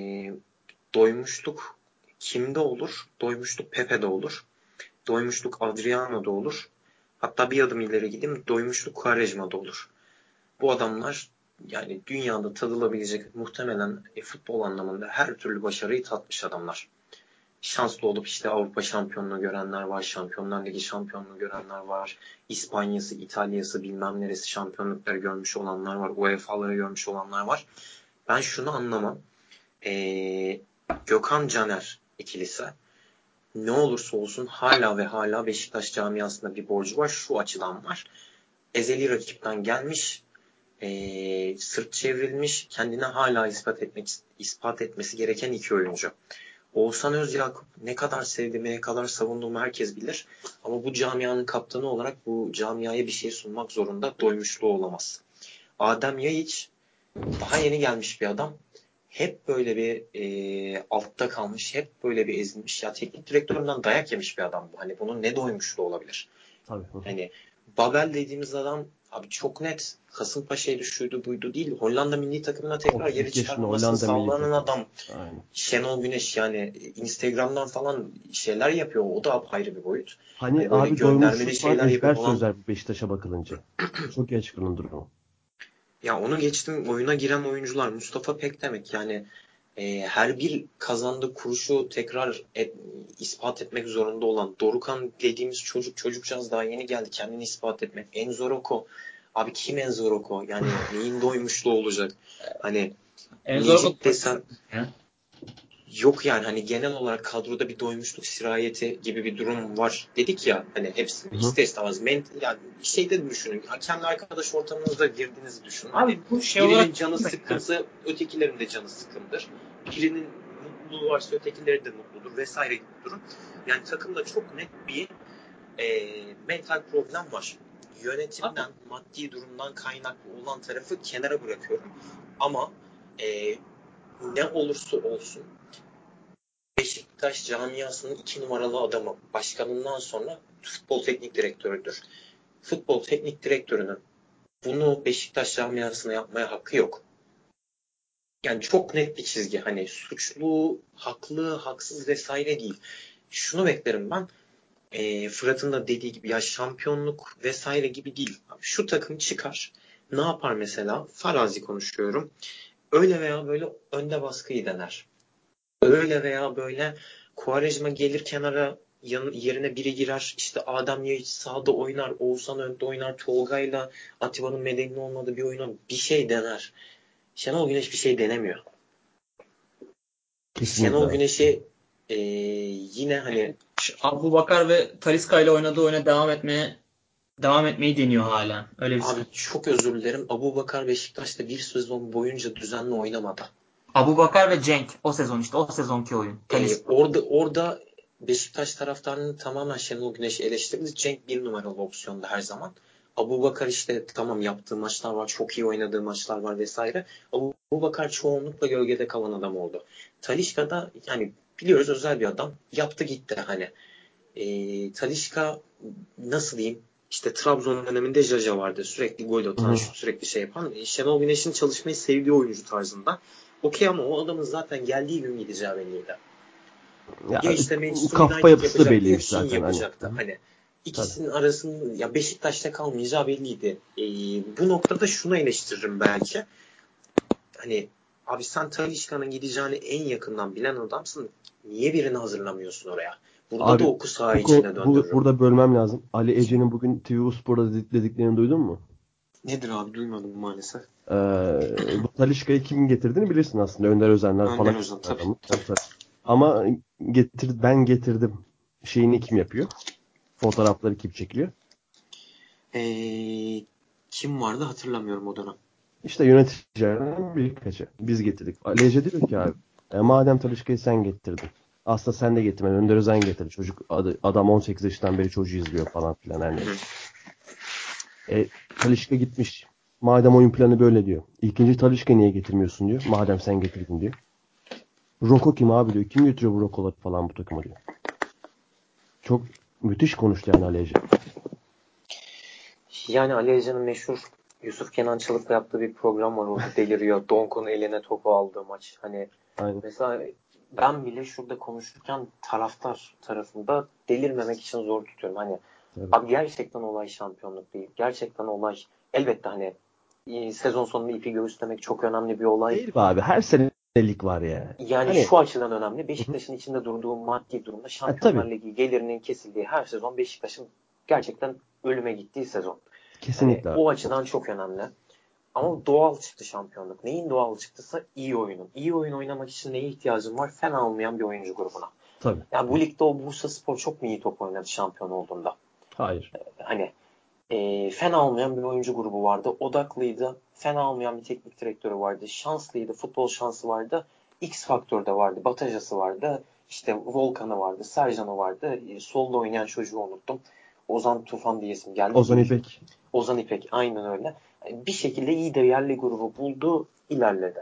doymuşluk kimde olur? Doymuşluk Pepe'de olur. Doymuşluk Adriano'da olur. Hatta bir adım ileri gideyim. Doymuşluk Quaresma'da olur. Bu adamlar yani dünyada tadılabilecek muhtemelen e, futbol anlamında her türlü başarıyı tatmış adamlar. Şanslı olup işte Avrupa şampiyonluğu görenler var. Şampiyonlar Ligi şampiyonluğu görenler var. İspanya'sı, İtalya'sı bilmem neresi şampiyonlukları görmüş olanlar var. U E F A'ları görmüş olanlar var. Ben şunu anlamam. Ee, Gökhan Caner ikilisi ne olursa olsun hala ve hala Beşiktaş camiasında bir borcu var. Şu açıdan var. Ezeli rakipten gelmiş, ee, sırt çevrilmiş, kendine hala ispat etmek ispat etmesi gereken iki oyuncu. Oğuzhan Özyakup ne kadar sevdiğimi, ne kadar savunduğumu herkes bilir. Ama bu camianın kaptanı olarak bu camiaya bir şey sunmak zorunda, doymuşluğu olamaz. Adem Yaiç daha yeni gelmiş bir adam. Hep böyle bir e, altta kalmış, hep böyle bir ezilmiş. Ya teknik direktöründen dayak yemiş bir adam bu. Hani bunun ne doymuşluğu olabilir? Tabii. Hani Babel dediğimiz adam abi çok net Kasımpaşa'yı düşürdü buydu değil. Hollanda milli takımına tekrar geri otuz iki yaşında çıkarmamasını Hollanda milli sağlanan takımı. adam. Aynen. Şenol Güneş yani Instagram'dan falan şeyler yapıyor. O da apayrı bir boyut. Hani Hani böyle abi göndermeli doymuşluk var, şeyler yapıyor ezber falan. sözler bu Beşiktaş'a bakılınca. Çok iyi açıklanın durumu. Ya onu geçtim, oyuna giren oyuncular Mustafa Pek demek yani e, her bir kazandığı kuruşu tekrar et, ispat etmek zorunda olan Dorukhan dediğimiz çocuk çocukcağız daha yeni geldi kendini ispat etmek. Enzo Rocco abi kim Enzo Rocco yani neyin doymuşluğu olacak hani Enzo Necip Rocco desen ya. yok yani hani genel olarak kadroda bir doymuşluk sirayeti gibi bir durum var dedik ya hani hepsi Hı hı. ister istemez ment yani şeyde de düşünün kendi arkadaş ortamınızda girdiğinizi düşünün. Abi bu şey Birinin olarak canı sıkkınsa ötekilerin de canı sıkkındır. Birinin mutluluğu varsa ötekileri de mutludur vesaire gibi durum. Yani takımda çok net bir e, mental problem var. Yönetimden, maddi durumdan kaynaklı olan tarafı kenara bırakıyorum. Ama e, ne olursa olsun Beşiktaş camiasının iki numaralı adamı başkanından sonra futbol teknik direktörüdür. Futbol teknik direktörünün bunu Beşiktaş camiasına yapmaya hakkı yok. Yani çok net bir çizgi. Hani suçlu, haklı, haksız vesaire değil. Şunu beklerim ben. E, Fırat'ın da dediği gibi ya şampiyonluk vesaire gibi değil. Şu takım çıkar. Ne yapar mesela? Farazi konuşuyorum. Öyle veya böyle önde baskıyı dener. Öyle veya böyle Quaresma gelir kenara yan, yerine biri girer. İşte Adem Yaiç sağda oynar. Oğuzhan önde oynar. Tolga'yla Atiba'nın Medeni'nin olmadığı bir oyuna bir şey dener. Şenol Güneş bir şey denemiyor. Kesinlikle Şenol abi. Güneş'i e, yine hani Abubakar ve Talisca ile oynadığı oyuna devam etmeye devam etmeyi deniyor hala. Öyle bir abi sıkıntı. çok özür dilerim. Abubakar Beşiktaş'ta bir sezon boyunca düzenli oynamadı. Abubakar ve Cenk o sezon işte o sezonki oyun. E, Talisca. orada orada Beşiktaş taraftarının tamamen Şenol Güneş'i eleştirdi. Cenk bir numaralı opsiyonda her zaman. Abubakar işte tamam yaptığı maçlar var, çok iyi oynadığı maçlar var vesaire. Abubakar çoğunlukla gölgede kalan adam oldu. Talisca da yani biliyoruz özel bir adam. Yaptı gitti hani. E, Talisca nasıl diyeyim? İşte Trabzon döneminde Jaja vardı. Sürekli gol atan, Hı hı. sürekli şey yapan. E, Şenol Güneş'in çalışmayı sevdiği oyuncu tarzında. Okey ama o adamın zaten geldiği gün gideceği belliydi. Ya Ya işte Manchester kafa United yapısı da yapacaktı ya belliymiş Çin zaten hani. yapacaktı. Hı hı. Hani Tabii. ikisinin arasında ya Beşiktaş'ta kalmayacağı belliydi. E, bu noktada şunu eleştiririm belki. Hani abi sen Talisca'nın gideceğini en yakından bilen adamsın. Niye birini hazırlamıyorsun oraya? Burada Abi, da oku saha bu, içine bu, döndürürüm. burada bölmem lazım. Ali Ece'nin bugün T V Spor'da dediklerini duydun mu? Nedir abi, duymadım maalesef. Ee, bu Talisca'yı kim getirdiğini bilirsin aslında. Önder Özenler Önder falan. Özen, tabii, Adamı. tabii. Tabii. Ama getir, ben getirdim. Şeyini kim yapıyor? Fotoğrafları kim çekiliyor? Ee, kim vardı hatırlamıyorum o dönem. İşte yöneticilerden birkaçı. Biz getirdik. Ali Ece diyor ki abi, e, madem Talisca'yı sen getirdin. Aslında sen de getirmen. Önder Özen getirdi. Çocuk adı, adam on sekiz yaşından beri çocuğu izliyor falan filan. Yani. E, Talisca gitmiş. Madem oyun planı böyle diyor. İkinci Talisca niye getirmiyorsun diyor. Madem sen getirdin diyor. Roko kim abi diyor. Kim götürüyor bu Roko'ları falan bu takıma diyor. Çok müthiş konuştu yani Ali Ece. Yani Ali Ece'nin meşhur Yusuf Kenan Çalık'la yaptığı bir program var, orada deliriyor. Donk'un eline topu aldığı maç. Hani Aynen. mesela ben bile şurada konuşurken taraftar tarafında delirmemek için zor tutuyorum. Hani Evet. abi gerçekten olay şampiyonluk değil. Gerçekten olay, elbette hani sezon sonunda ipi göğüslemek çok önemli bir olay. Değil mi abi? Her sene lig var ya. Yani Hani, şu açıdan önemli. Beşiktaş'ın içinde durduğu maddi durumda Şampiyonlar tabii. Ligi gelirinin kesildiği her sezon Beşiktaş'ın gerçekten ölüme gittiği sezon. Kesinlikle. Yani o açıdan çok önemli. Ama doğal çıktı şampiyonluk. Neyin doğal çıktısa iyi oyunun. İyi oyun oynamak için neye ihtiyacın var? Fena olmayan bir oyuncu grubuna. Tabii. Yani bu ligde o Bursaspor çok mu iyi top oynadı şampiyon olduğunda? Hayır. Hani e, fena olmayan bir oyuncu grubu vardı. Odaklıydı. Fena olmayan bir teknik direktörü vardı. Şanslıydı. Futbol şansı vardı. X faktör de vardı. Batajası vardı. İşte Volkan'ı vardı. Sercan'ı vardı. E, solda oynayan çocuğu unuttum. Ozan Tufan diyesim geldi. Ozan İpek. Ozan İpek. Aynen öyle. Bir şekilde iyi de yerli grubu buldu. İlerledi.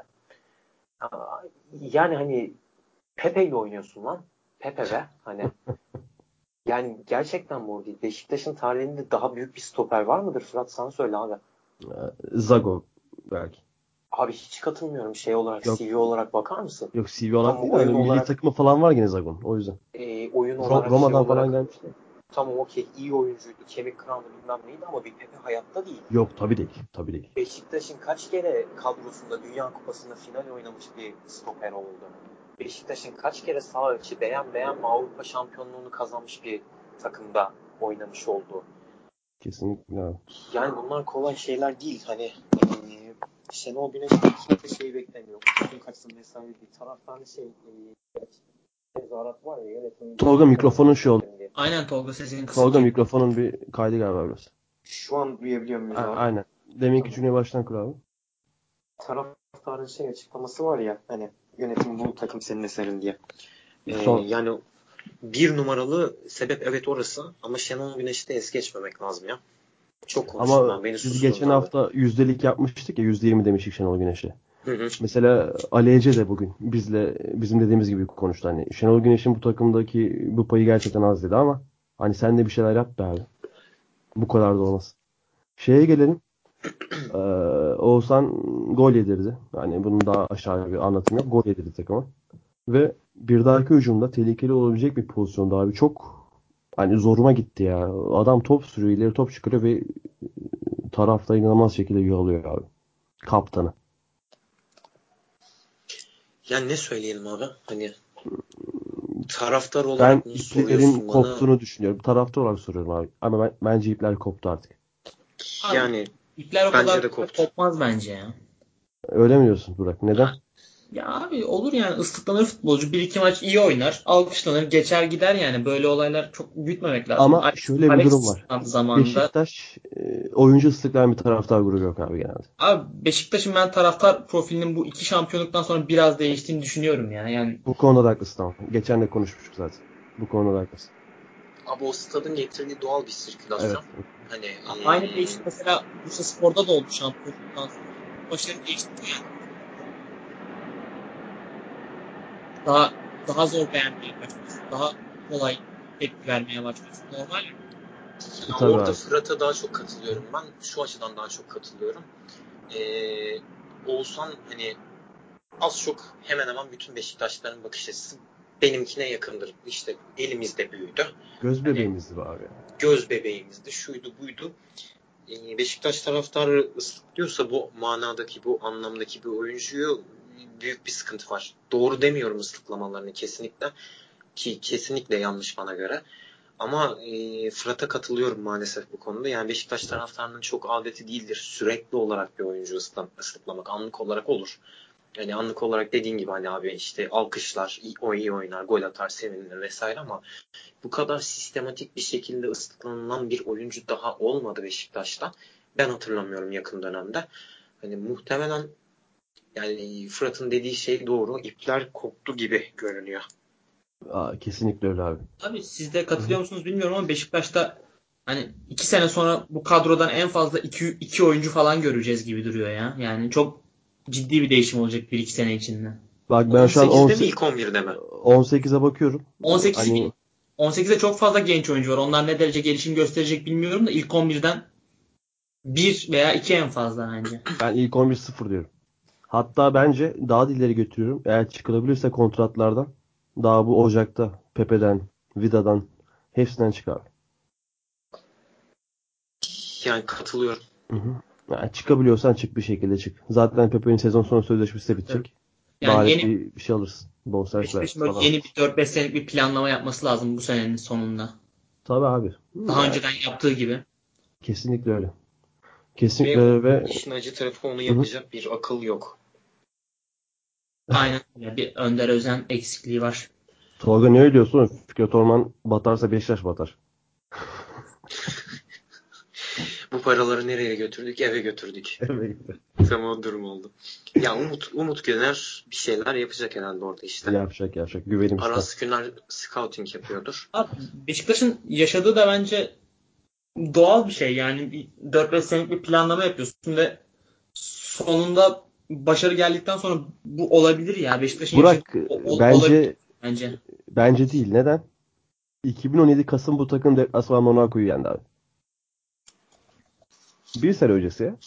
Yani hani Pepe ile oynuyorsun lan. Pepe be. Hani yani gerçekten bu değil. Beşiktaş'ın tarihinde daha büyük bir stoper var mıdır? Fırat sana söyle abi. Zago belki. Abi hiç katılmıyorum şey olarak, Yok. C V olarak bakar mısın? Yok C V olarak Tam değil. oyun Hani milli olarak, takımı falan var yine Zago'nun. O yüzden. e, oyun Ro- olarak, şey Roma'dan falan olarak gelmişti. tamam okey, iyi oyuncuydu. Kemik kırandı bilmem neydi ama bir Pepe hayatta değil. Yok tabii değil. Tabii değil. Beşiktaş'ın kaç kere kadrosunda Dünya Kupası'nda final oynamış bir stoper oldu. Beşiktaş'ın kaç kere sağ içi beğen beğenme Avrupa şampiyonluğunu kazanmış bir takımda oynamış oldu. Kesinlikle abi. Yani bunlar kolay şeyler değil. Hani e, Şenol Güneş'ten hiçbir şey beklemiyor. Bütün kaçsın vesaire değil. Taraftarlı şey e, tezahürat var ya, yönetimin. Tolga mikrofonun şey oldu. Aynen Tolga, sesini kısık Tolga geliyor. mikrofonun bir kaydı galiba biraz. Şu an duyabiliyor muyuz A- abi? aynen. Deminki Tamam. cümleyi baştan kur abi. Taraftarın şey açıklaması var ya, hani yönetim bu takım senin eserin diye. Ee, Son. Yani bir numaralı sebep evet orası, ama Şenol Güneş'i de es geçmemek lazım ya. Çok konuştum Ama ben. Beni biz susturun geçen abi. hafta yüzdelik yapmıştık ya, yüzde yirmi demiştik Şenol Güneş'e. Hı hı. Mesela Ali Ece de bugün bizle bizim dediğimiz gibi konuştu. Hani Şenol Güneş'in bu takımdaki bu payı gerçekten az dedi ama hani sen de bir şeyler yap be abi. Bu kadar da olmaz. Şeye gelelim. Ee, Oğuzhan gol yedirdi. Hani bunun daha aşağı bir anlatımı yok. Gol yedirdi takıma. Ve bir dahaki hücumda tehlikeli olabilecek bir pozisyonda abi çok hani zoruma gitti ya. Adam top sürüyor, ileri top çıkarıyor ve tarafta inanılmaz şekilde yuvalıyor abi. Kaptanı. Yani ne söyleyelim abi? Hani taraftar Ben olarak mı iplerin soruyorsun bana? koptuğunu düşünüyorum. Taraftar olarak soruyorum abi. Ama ben, bence ipler koptu artık. Abi, Yani ipler o bence kadar de kolay koptu. kopmaz bence ya. Öyle mi diyorsun Burak? Neden? Ya, ya abi olur yani, ıslıklanır futbolcu. Bir iki maç iyi oynar. Alkışlanır. Geçer gider yani. Böyle olaylar çok büyütmemek lazım. Ama Alex, şöyle bir Alex durum var. zamanında. Beşiktaş e, oyuncu ıslıklayan bir taraftar grubu yok abi genelde. Abi Beşiktaş'ın ben taraftar profilinin bu iki şampiyonluktan sonra biraz değiştiğini düşünüyorum ya. Yani Bu konuda da haklısın ama. Geçen de konuşmuştuk zaten. Bu konuda da haklısın. Abi o stadın getirdiği doğal bir Evet. sirkülasyon. Hani aynı ee, değişti mesela Bursaspor'da da oldu şampiyonluktan sonra. Başarı değişti yani. Daha daha zor beğenmeye başlıyorsun. Daha kolay tepki vermeye başlıyorsun. Normal. E, ya tabii orada abi. Fırat'a daha çok katılıyorum ben. Şu açıdan daha çok katılıyorum. Ee, Oğuzhan hani az çok hemen hemen bütün Beşiktaşların bakış açısı benimkine yakındır. İşte elimizde büyüdü. Göz Hani bebeğimizdi be abi ya. göz bebeğimizdi. Şuydu buydu. Ee, Beşiktaş taraftarı ıslıklıyorsa bu manadaki, bu anlamdaki bir oyuncuyu, büyük bir sıkıntı var. Doğru demiyorum ıslıklamalarını kesinlikle. Ki kesinlikle yanlış bana göre. Ama e, Fırat'a katılıyorum maalesef bu konuda. Yani Beşiktaş taraftarının çok adeti değildir. Sürekli olarak bir oyuncu ıslık, ıslıklamak. Anlık olarak olur. Yani anlık olarak dediğin gibi hani abi işte alkışlar, o iyi oynar, gol atar, sevinilir vesaire ama bu kadar sistematik bir şekilde ıslıklanılan bir oyuncu daha olmadı Beşiktaş'ta. Ben hatırlamıyorum yakın dönemde. Hani muhtemelen yani Fırat'ın dediği şey doğru. İpler koptu gibi görünüyor. Aa, kesinlikle öyle abi. Tabii siz de katılıyor musunuz bilmiyorum ama Beşiktaş'ta hani iki sene sonra bu kadrodan en fazla iki, iki oyuncu falan göreceğiz gibi duruyor ya. Yani çok ciddi bir değişim olacak bir iki sene içinde. Bak ben şu an on sekizde on, mi ilk on birde mi? on sekize bakıyorum. on sekiz Hani on sekizde çok fazla genç oyuncu var. Onlar ne derece gelişim gösterecek bilmiyorum da ilk on birden bir veya iki en fazla bence. ben ilk on bir sıfır diyorum. Hatta bence daha da ileri götürüyorum. Eğer çıkılabilirse kontratlardan daha bu Ocak'ta Pepe'den, Vida'dan hepsinden çıkar. Yani katılıyorum. Hı hı. Yani çıkabiliyorsan çık bir şekilde çık. Zaten Pepe'nin sezon sonu sözleşmesi de bitecek. Yani Bari yeni bir, bir şey alırsın. Bonservis ver Beşiktaş'ın böyle falan. yeni bir dört beş senelik bir planlama yapması lazım bu senenin sonunda. Tabii abi. Hı, Daha yani önceden yaptığı gibi. kesinlikle öyle. Ve Kesinlikle o öyle ve işin acı tarafı onu hı hı. yapacak bir akıl yok. Aynen öyle. Bir Önder Özen eksikliği var. Tolga ne öyle Fikret Orman batarsa Beşiktaş batar. Bu paraları nereye götürdük? Eve götürdük. Tam o durum oldu. Ya Umut Umut Güner bir şeyler yapacak herhalde orada işte. Yapacak yapacak. Güvenim tam. Aras Güner scouting yapıyordur. Abi, Beşiktaş'ın yaşadığı da bence doğal bir şey. Yani bir dört beş senelik bir planlama yapıyorsun ve sonunda başarı geldikten sonra bu olabilir ya. Beşiktaş'ın yaşadığı Burak o- o- olabilir bence bence. bence değil. Neden? iki bin on yedi Kasım bu takım deplasman Monaco'yu yendi abi. Bir sene öncesi ya.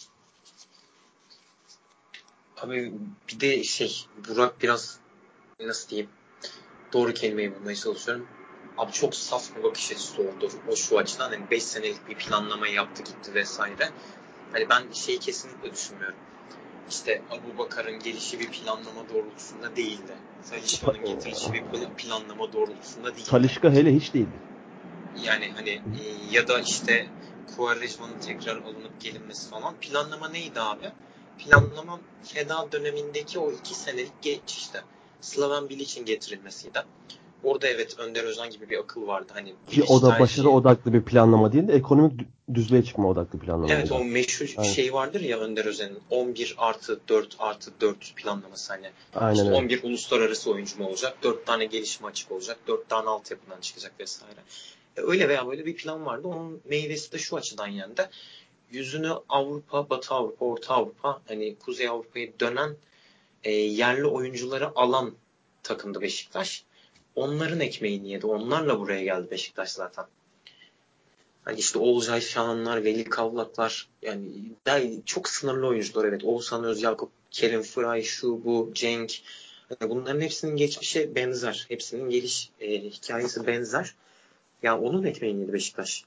Abi bir de şey Burak biraz nasıl diyeyim doğru kelimeyi bulmaya çalışıyorum. Abi çok saf bir bakış açısı oldu. O şu açıdan hani beş senelik bir planlama yaptı gitti vesaire. Hani ben şeyi kesinlikle düşünmüyorum. İşte Abubakar'ın gelişi bir planlama doğrultusunda değildi. Talisca'nın getirilişi bir planlama doğrultusunda değildi. Talisca hele hiç değildi. Yani hani e, ya da işte Quaresma'nın tekrar alınıp gelinmesi falan. Planlama neydi abi? Planlama feda dönemindeki o iki senelik geçişte. Slaven Bilic'in getirilmesiydi. Orada evet Önder Özen gibi bir akıl vardı. Hani Ki Bilic o da başarı tercihi. odaklı bir planlama değil de ekonomik düzlüğe çıkma odaklı Evet planlamaydı. o meşhur Aynen. şey vardır ya Önder Özen'in on bir artı dört artı dört planlaması hani. Aynen İşte öyle. on bir uluslararası oyuncu mu olacak? dört tane gelişme açık olacak. dört tane altyapıdan çıkacak vesaire. E, öyle veya böyle bir plan vardı. Onun meyvesi de şu açıdan yendi. Yüzünü Avrupa, Batı Avrupa, Orta Avrupa, hani Kuzey Avrupa'ya dönen e, yerli oyuncuları alan takımdı Beşiktaş. Onların ekmeğini yedi. Onlarla buraya geldi Beşiktaş zaten. Hani işte Olcay Şahanlar, Veli Kavlaklar yani der, çok sınırlı oyuncular evet. Oğuzhan Özyakup, Kerim Fıray, şu bu, Cenk. Yani bunların hepsinin geçmişi benzer. Hepsinin geliş e, hikayesi benzer. Yani onun ekmeğini yedi Beşiktaş.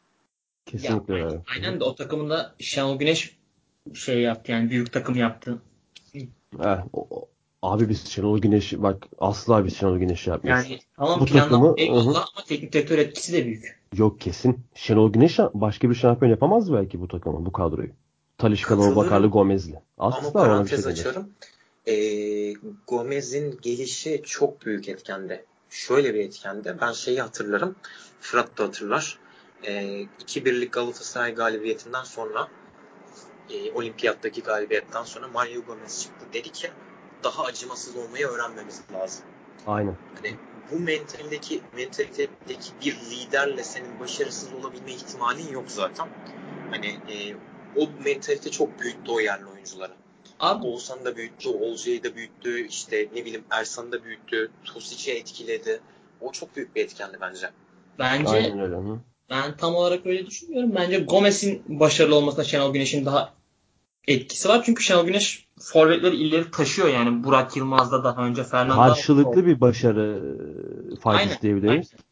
Ya Kesinlikle öyle. aynen de o takımında Şenol Güneş şey yaptı yani büyük takım yaptı. Eh, o- o- abi biz Şenol Güneş bak asla biz Şenol Güneş yapmıyoruz. Yani tamam Bu planlama takımı hı hı. eyvallah ama teknik direktör etkisi de büyük. Yok kesin. Şenol Güneş başka bir şampiyon yapamaz belki bu takımı, bu kadroyu. Talisca'lı, Abubakar'lı, Katılırım Gomez'li. ama Asla ona bir şey parantez demez. açıyorum. E, Gomez'in gelişi çok büyük etkendi. Şöyle bir etkendi. Ben şeyi hatırlarım. Fırat da hatırlar. E, iki birlik Galatasaray galibiyetinden sonra e, olimpiyattaki galibiyetten sonra Mario Gomez çıktı. Dedi ki daha acımasız olmayı öğrenmemiz lazım. Aynen. Hani bu mentaldeki mentalitedeki bir liderle senin başarısız olabilme ihtimalin yok zaten. Hani e, o mentalite çok büyüttü o yerli oyuncuları. Abi Oğuzhan da büyüttü, Olcay'ı da büyüttü, işte ne bileyim Ersan'ı da büyüttü, Tosic'i etkiledi. O çok büyük bir etkendi bence. bence Aynen öyle. Hı. ben tam olarak öyle düşünmüyorum. Bence Gomez'in başarılı olmasına Şenol Güneş'in daha etkisi var. Çünkü Şenol Güneş forvetleri ileri taşıyor yani. Burak Yılmaz'da daha önce Fernando Karşılıklı bir başarı e, Aynen. faydası diyebiliriz. Aynen.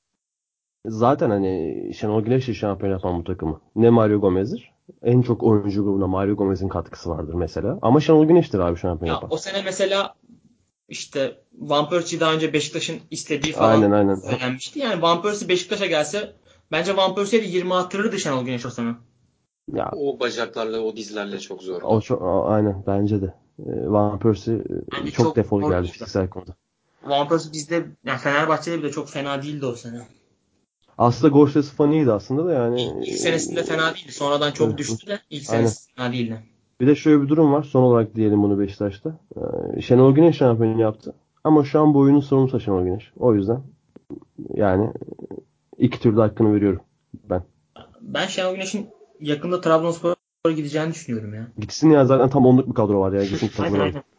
Zaten hani Şenol Güneş de şampiyon yapan bu takımı. Ne Mario Gomez'dir. En çok oyuncu grubuna Mario Gomez'in katkısı vardır mesela. Ama Şenol Güneş'tir abi şampiyon Ya yapan. o sene mesela işte Van Persie daha önce Beşiktaş'ın istediği falan Aynen aynen. söylenmişti. Yani Van Persie Beşiktaş'a gelse bence Van Persie'ye de yirmi attırırdı Şenol Güneş o sene. Ya O bacaklarla, o dizlerle çok zor. o çok a- aynen bence de. Ee, Van Persie e, Yani çok çok defolu zor geldi değil. fiziksel konuda. Van Persie bizde yani Fenerbahçe'de bile çok fena değildi o sene. Aslında gol sayısı falan iyiydi aslında da yani. İlk, ilk senesinde fena değildi. Sonradan e, çok düştü de ilk Aynen. senesi fena değildi. Bir de şöyle bir durum var. Son olarak diyelim bunu Beşiktaş'ta. Ee, Şenol Güneş şampiyonluğu yaptı. Ama şu an bu oyunun sorumlusu Şenol Güneş. O yüzden yani iki türlü hakkını veriyorum ben. Ben Şenol Güneş'in yakında Trabzonspor'a gideceğini düşünüyorum ya. Gitsin ya, zaten tam onluk bir kadro var ya. Gitsin Aynen takımına. aynen.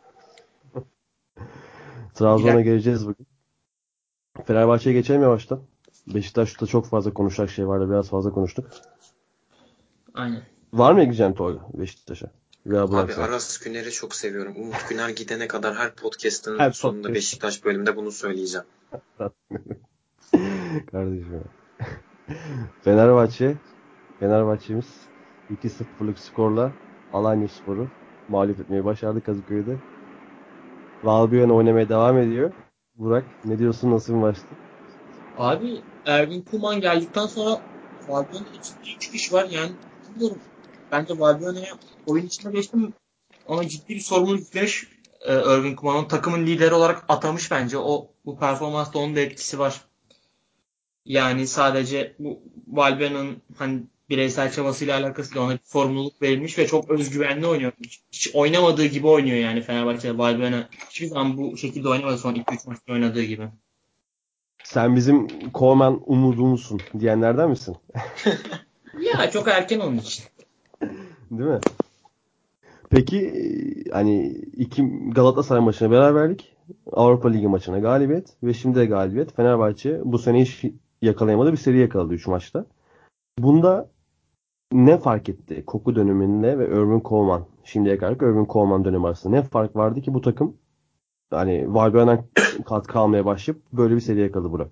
Trabzon'a Gider. geleceğiz bugün. Fenerbahçe'ye geçelim yavaştan. Beşiktaş'ta çok fazla konuşacak şey vardı. Biraz fazla konuştuk. Aynen. Var mı gideceğin Tolga Beşiktaş'a? Veya Abi Burak sen? Aras Güner'i çok seviyorum. Umut Güner gidene kadar her podcast'ın Her sonunda podcast. Beşiktaş bölümünde bunu söyleyeceğim. Kardeşim ya. Fenerbahçe. Fenerbahçe'miz iki sıfırlık skorla Alanyaspor'u mağlup etmeyi başardı Kadıköy'de. Valbuena oynamaya devam ediyor. Burak ne diyorsun, nasıl bir maçtı? Abi Erwin Koeman geldikten sonra Valbuena'da ciddi çıkış var. Yani bilmiyorum. Bence Valbuena'ya oyun içinde geçtim. Ona ciddi bir sorumluluk yüklemiş. Ee, Erwin Koeman'ın takımın lideri olarak atamış bence. O bu performansta onun da etkisi var. Yani sadece bu Valbuena'nın hani bireysel çabasıyla alakası değil. Ona bir sorumluluk verilmiş ve çok özgüvenli oynuyor. Hiç, hiç oynamadığı gibi oynuyor yani Fenerbahçe'de Valbuena. Hiçbir zaman bu şekilde oynamadı son iki üç maçta oynadığı gibi. Sen bizim Koeman umudumuzsun diyenlerden misin? Ya çok erken onun için. Değil mi? Peki e, hani iki Galatasaray maçına beraberlik, Avrupa Ligi maçına galibiyet ve şimdi de galibiyet. Fenerbahçe bu sene hiç yakalayamadı, bir seri yakaladı üç maçta. Bunda ne fark etti Koku döneminde ve Erwin Koeman, şimdiye kadar Erwin Koeman dönemi arasında ne fark vardı ki bu takım hani Valbuena'dan katkı almaya başlayıp böyle bir seri yakaladı Burak?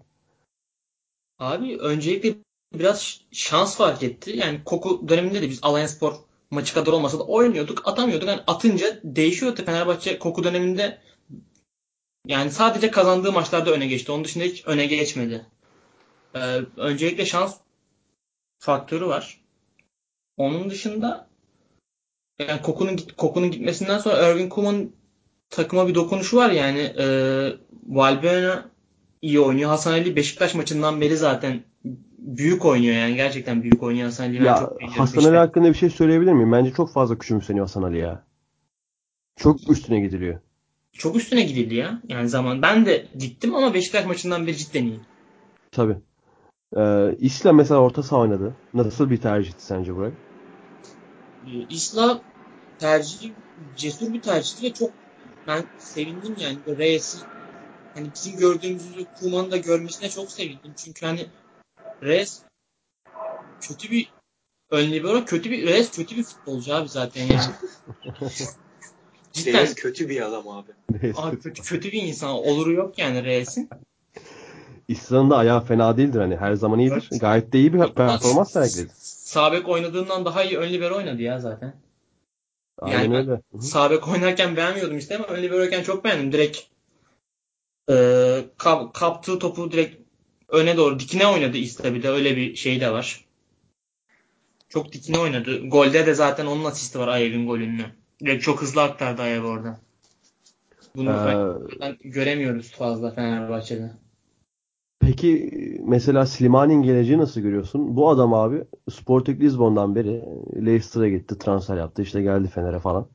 Abi öncelikle biraz şans fark etti. Yani Koku döneminde de biz Alanyaspor maçı kadar olmasa da oynuyorduk, atamıyorduk. Yani atınca değişiyordu. Fenerbahçe Koku döneminde yani sadece kazandığı maçlarda öne geçti. Onun dışında hiç öne geçmedi. Ee, öncelikle şans faktörü var. Onun dışında yani Koku'nun git Koku'nun gitmesinden sonra Erwin Koeman'ın takıma bir dokunuşu var yani. E, Valbuena iyi oynuyor. Hasan Ali Beşiktaş maçından beri zaten büyük oynuyor yani. Gerçekten büyük oynuyor Hasan Ali. Ben Ya çok beğeniyorum Hasan Ali Beşiktaş. hakkında bir şey söyleyebilir miyim? Bence çok fazla küçümseniyor Hasan Ali ya. Çok üstüne gidiliyor. Çok üstüne gidildi ya. Yani zaman ben de gittim ama Beşiktaş maçından beri cidden iyi. Tabii. Ee, İsla mesela orta saha oynadı. Nasıl bir tercihti sence Burak? E, İsla tercihi cesur bir tercihti ve çok ben sevindim yani. Reyes'i hani bizim gördüğümüzü Kuman'ın da görmesine çok sevindim. Çünkü hani Reyes kötü bir ön libero, kötü bir Reyes kötü bir futbolcu abi zaten yani. Cidden Reyes kötü bir adam abi. abi kötü, kötü bir insan. Oluru yok yani Reyes'in. İsla'nın da ayağı fena değildir, hani her zaman iyidir. Gayet de iyi bir performans sergiledi. Sağ bek oynadığından daha iyi ön libero oynadı ya zaten. Aynen Yani ben öyle. Hı hı. sağ bek oynarken beğenmiyordum işte ama ön liberoyken çok beğendim. Direkt e, kap, kaptığı topu direkt öne doğru dikine oynadı İsta, bir de öyle bir şey de var. Çok dikine oynadı. Golde de zaten onun asisti var Ayev'in golünün. Direkt çok hızlı aktardı Ayev orada. Bunu Ee, ön- göremiyoruz fazla Fenerbahçe'de. peki mesela Slimani'nin geleceği nasıl görüyorsun? Bu adam abi Sporting Lisbon'dan beri Leicester'a gitti, transfer yaptı, işte geldi Fener'e falan.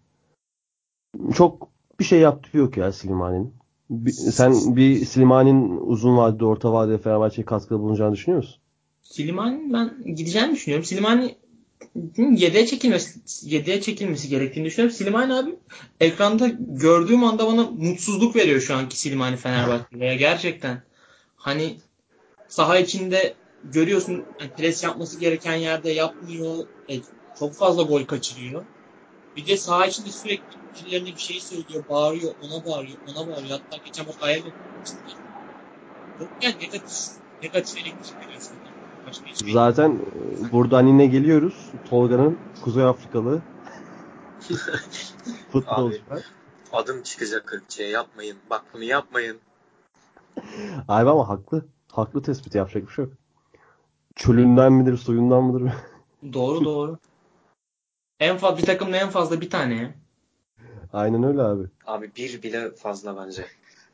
Çok bir şey yaptığı yok ya Slimani'nin. Bir- sen bir Slimani'nin uzun vadede, orta vadede Fenerbahçe'ye katkıda bulunacağını düşünüyor musun? Slimani ben gideceğini düşünüyorum. Slimani yedeğe çekilmesi yedeğe çekilmesi gerektiğini düşünüyorum. Slimani abi ekranda gördüğüm anda bana mutsuzluk veriyor şu anki Slimani Fenerbahçe'de. Ya gerçekten hani saha içinde görüyorsun yani pres yapması gereken yerde yapmıyor. E, çok fazla gol kaçırıyor. Bir de saha içinde sürekli birilerine bir şey söylüyor, bağırıyor, ona bağırıyor, ona bağırıyor. Hatta geçen bak ayak yapmıştı. Çok yani negatif, negatif elektrik veriyor sana. Başka hiçbir şey. Zaten e, buradan yine geliyoruz. Tolga'nın Kuzey Afrikalı Abi futbolcular. adım çıkacak ırkçıya, yapmayın. Bak bunu yapmayın. Abi ama haklı. Haklı tespit, yapacak bir şey yok. Çölünden midir, suyundan mıdır? Doğru doğru. En fazla bir takımda en fazla bir tane ya. Aynen öyle abi. Abi bir bile fazla bence.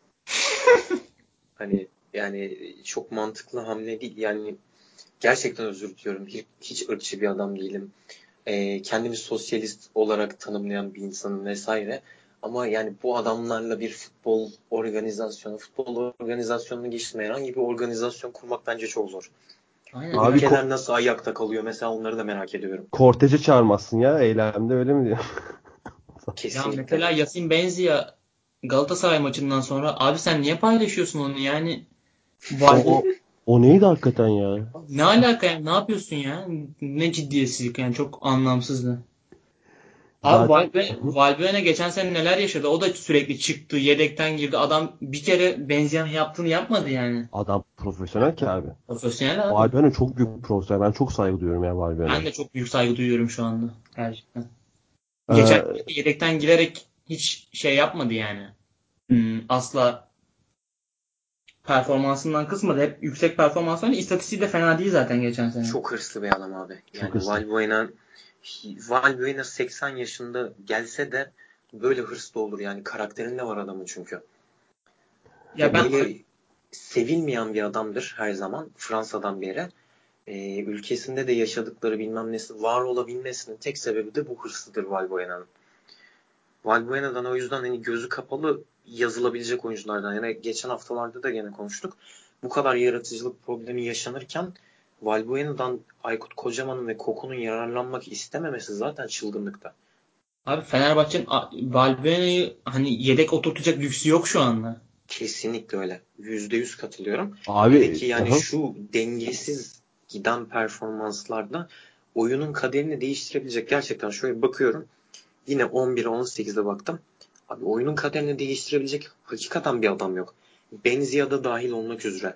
Hani yani çok mantıklı hamle değil. Yani gerçekten özür diliyorum. Hiç, hiç ırkçı bir adam değilim. Ee, kendimi sosyalist olarak tanımlayan bir insanım vesaire. Ama yani bu adamlarla bir futbol organizasyonu, futbol organizasyonunu geçtim. Herhangi bir organizasyon kurmak bence çok zor. Aynen. Bu Abi Yani, ülkeler nasıl ayakta kalıyor? Mesela onları da merak ediyorum. korteje çağırmazsın ya eylemde, öyle mi diyor? ya Kesinlikle. mesela Yasin Benzia Galatasaray maçından sonra abi sen niye paylaşıyorsun onu yani? O, Valbuena o, o neydi hakikaten ya? ne alaka ya? Ne yapıyorsun ya? Ne ciddiyetsizlik yani çok anlamsızdı. Abi Zaten Valbuena, Valbuena geçen sene neler yaşadı? O da sürekli çıktı, yedekten girdi. Adam bir kere benzeyen yaptığını yapmadı yani. adam profesyonel ki abi. Profesyonel abi. Valbuena çok büyük bir profesyonel. Ben çok saygı duyuyorum ya Ben Valbuena'ya. de çok büyük saygı duyuyorum şu anda. Gerçekten. Geçen Ee, yedekten girerek hiç şey yapmadı yani. Hmm, asla performansından kısmadı. Hep yüksek performans oynadı. İstatistiği de fena değil zaten geçen sene. Çok hırslı bir adam abi. çok Yani hızlı. Valbuena Valbuena seksen yaşında gelse de böyle hırslı olur. Yani karakterinde var adamın çünkü. Ya ben Böyle sevilmeyen bir adamdır her zaman Fransa'dan beri. Ee, ülkesinde de yaşadıkları bilmem nesi var olabilmesinin tek sebebi de bu hırsıdır Valbuena'nın. Valbuena'dan o yüzden hani gözü kapalı yazılabilecek oyunculardan. Yani geçen haftalarda da gene konuştuk. Bu kadar yaratıcılık problemi yaşanırken Valbuena'dan Aykut Kocaman'ın ve Koku'nun yararlanmak istememesi zaten çılgınlıkta. abi Fenerbahçe'nin a- Valbuena'yı hani yedek oturtacak lüksü yok şu anda. Kesinlikle öyle. Yüzde yüz katılıyorum. Hele Abi ki yani aha. şu dengesiz giden performanslarda oyunun kaderini değiştirebilecek. Gerçekten şöyle bakıyorum. Yine on bire on sekize baktım. Abi oyunun kaderini değiştirebilecek hakikaten bir adam yok. Benzia da dahil olmak üzere.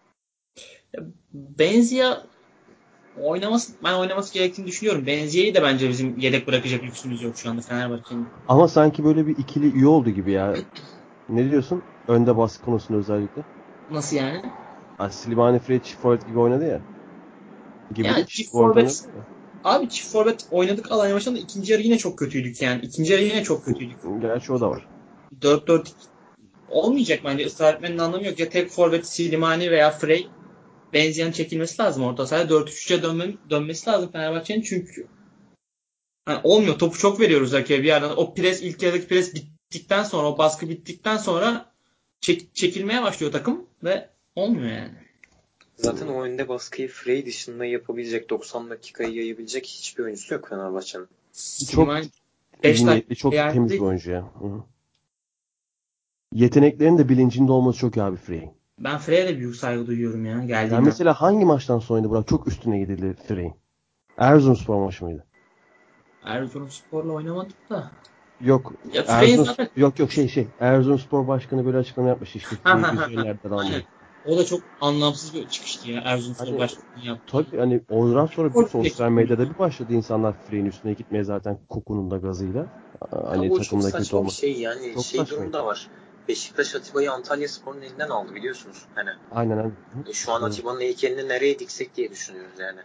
Benzia oynaması ben oynaması gerektiğini düşünüyorum. Benzia'yı da bence bizim yedek bırakacak lüksümüz yok şu anda Fenerbahçe'nin. Ama sanki böyle bir ikili üye oldu gibi ya. Ne diyorsun? Önde baskı konusunda özellikle. Nasıl yani? Ha, Slimani Fred çift forvet gibi oynadı ya. Gibi Yani değil, çift çift forvet oynadı forvet ya. abi çift forvet oynadık Alanya maçında ikinci yarı yine çok kötüydük yani. İkinci yarı yine çok kötüydük. Gerçi o da var. dört dört olmayacak bence. Israr etmenin anlamı yok. Ya tek forvet Slimani veya Frey benzeyen çekilmesi lazım orta sahaya. dört üç üçe dönme, dönmesi lazım Fenerbahçe'nin çünkü hani olmuyor. Topu çok veriyoruz rakibe bir yerden. O pres ilk yarıdaki pres bittikten sonra o baskı bittikten sonra çek, çekilmeye başlıyor takım ve olmuyor yani. Zaten o önde baskıyı Frey dışında yapabilecek, doksan dakikayı yayabilecek hiçbir oyuncusu yok Fenerbahçe'nin. Çok Slimani beş iyi dakika niyetli, çok temiz bir yerde oyuncu ya. Hı. Yeteneklerin de bilincinde olması çok iyi abi Frey'in. ben Frey'e de büyük saygı duyuyorum ya Yani geldiğinden. mesela hangi maçtan sonra oynadı Burak? Çok üstüne gidildi Frey'in. Erzurumspor maçı mıydı? Erzurumspor'la oynamadık da. Yok. Ya Frey'in Erzurum zaten yok yok şey şey. Erzurumspor Başkanı böyle açıklama yapmış işte ha Frey'i ha biz ha ha. önlerden Aynen. almayız. O da çok anlamsız bir çıkıştı ya Erzurumspor Hani Başkanı'nın yaptığı. tabii hani ondan sonra bir Gol sosyal bekliyorum medyada ya. bir başladı insanlar Frey'in üstüne gitmeye zaten Koku'nun da gazıyla. Ya Hani o çok takımda kötü saçma bir olmak. şey yani Çok şey saçmaydı. durumu da var. Beşiktaş Atiba'yı Antalyaspor'un elinden aldı biliyorsunuz. Hani Aynen aynen. Hı, e, şu an hatırlıyorum. Atiba'nın heykelini nereye diksek diye düşünüyoruz yani.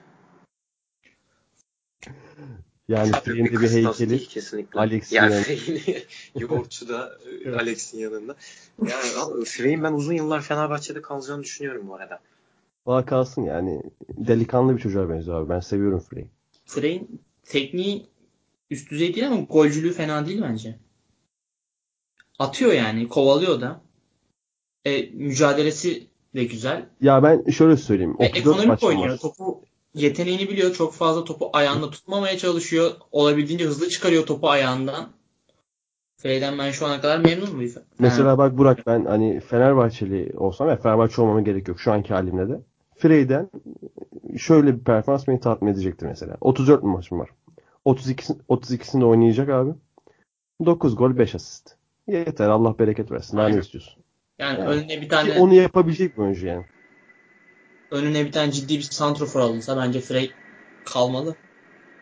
Yani Çok büyük Frey'in bir de bir kıstas heykeli değil kesinlikle. Alex'in Yani yanında. Frey'in yoğurtçuda e, Evet. Alex'in yanında. Yani abi, Frey'in ben uzun yıllar Fenerbahçe'de kalacağını düşünüyorum bu arada. Valla kalsın yani. Delikanlı bir çocuğa benziyor abi. Ben seviyorum Frey'i. Frey'in tekniği üst düzey değil ama golcülüğü fena değil bence. Atıyor yani, kovalıyor da. E, mücadelesi de güzel. Ya ben şöyle söyleyeyim. Ve otuz dört ekonomik maçım oynuyor. var. Topu yeteneğini biliyor. Çok fazla topu ayağında tutmamaya çalışıyor. Olabildiğince hızlı çıkarıyor topu ayağından. Frey'den ben şu ana kadar memnunum. bu Fener. Mesela bak Burak, ben hani Fenerbahçeli olsam ve Fenerbahçe olmama gerek yok şu anki halimle de. Frey'den şöyle bir performans beni tatmin edecektir mesela. otuz dört maçım var. otuz iki, otuz ikisinde oynayacak abi. dokuz gol beş asist. Yeter, Allah bereket versin. Daha ne Aynen. istiyorsun? Yani Yani önüne bir ki tane onu yapabilecek bir oyuncu yani. önüne bir tane ciddi bir santrofor alınsa bence Frey kalmalı.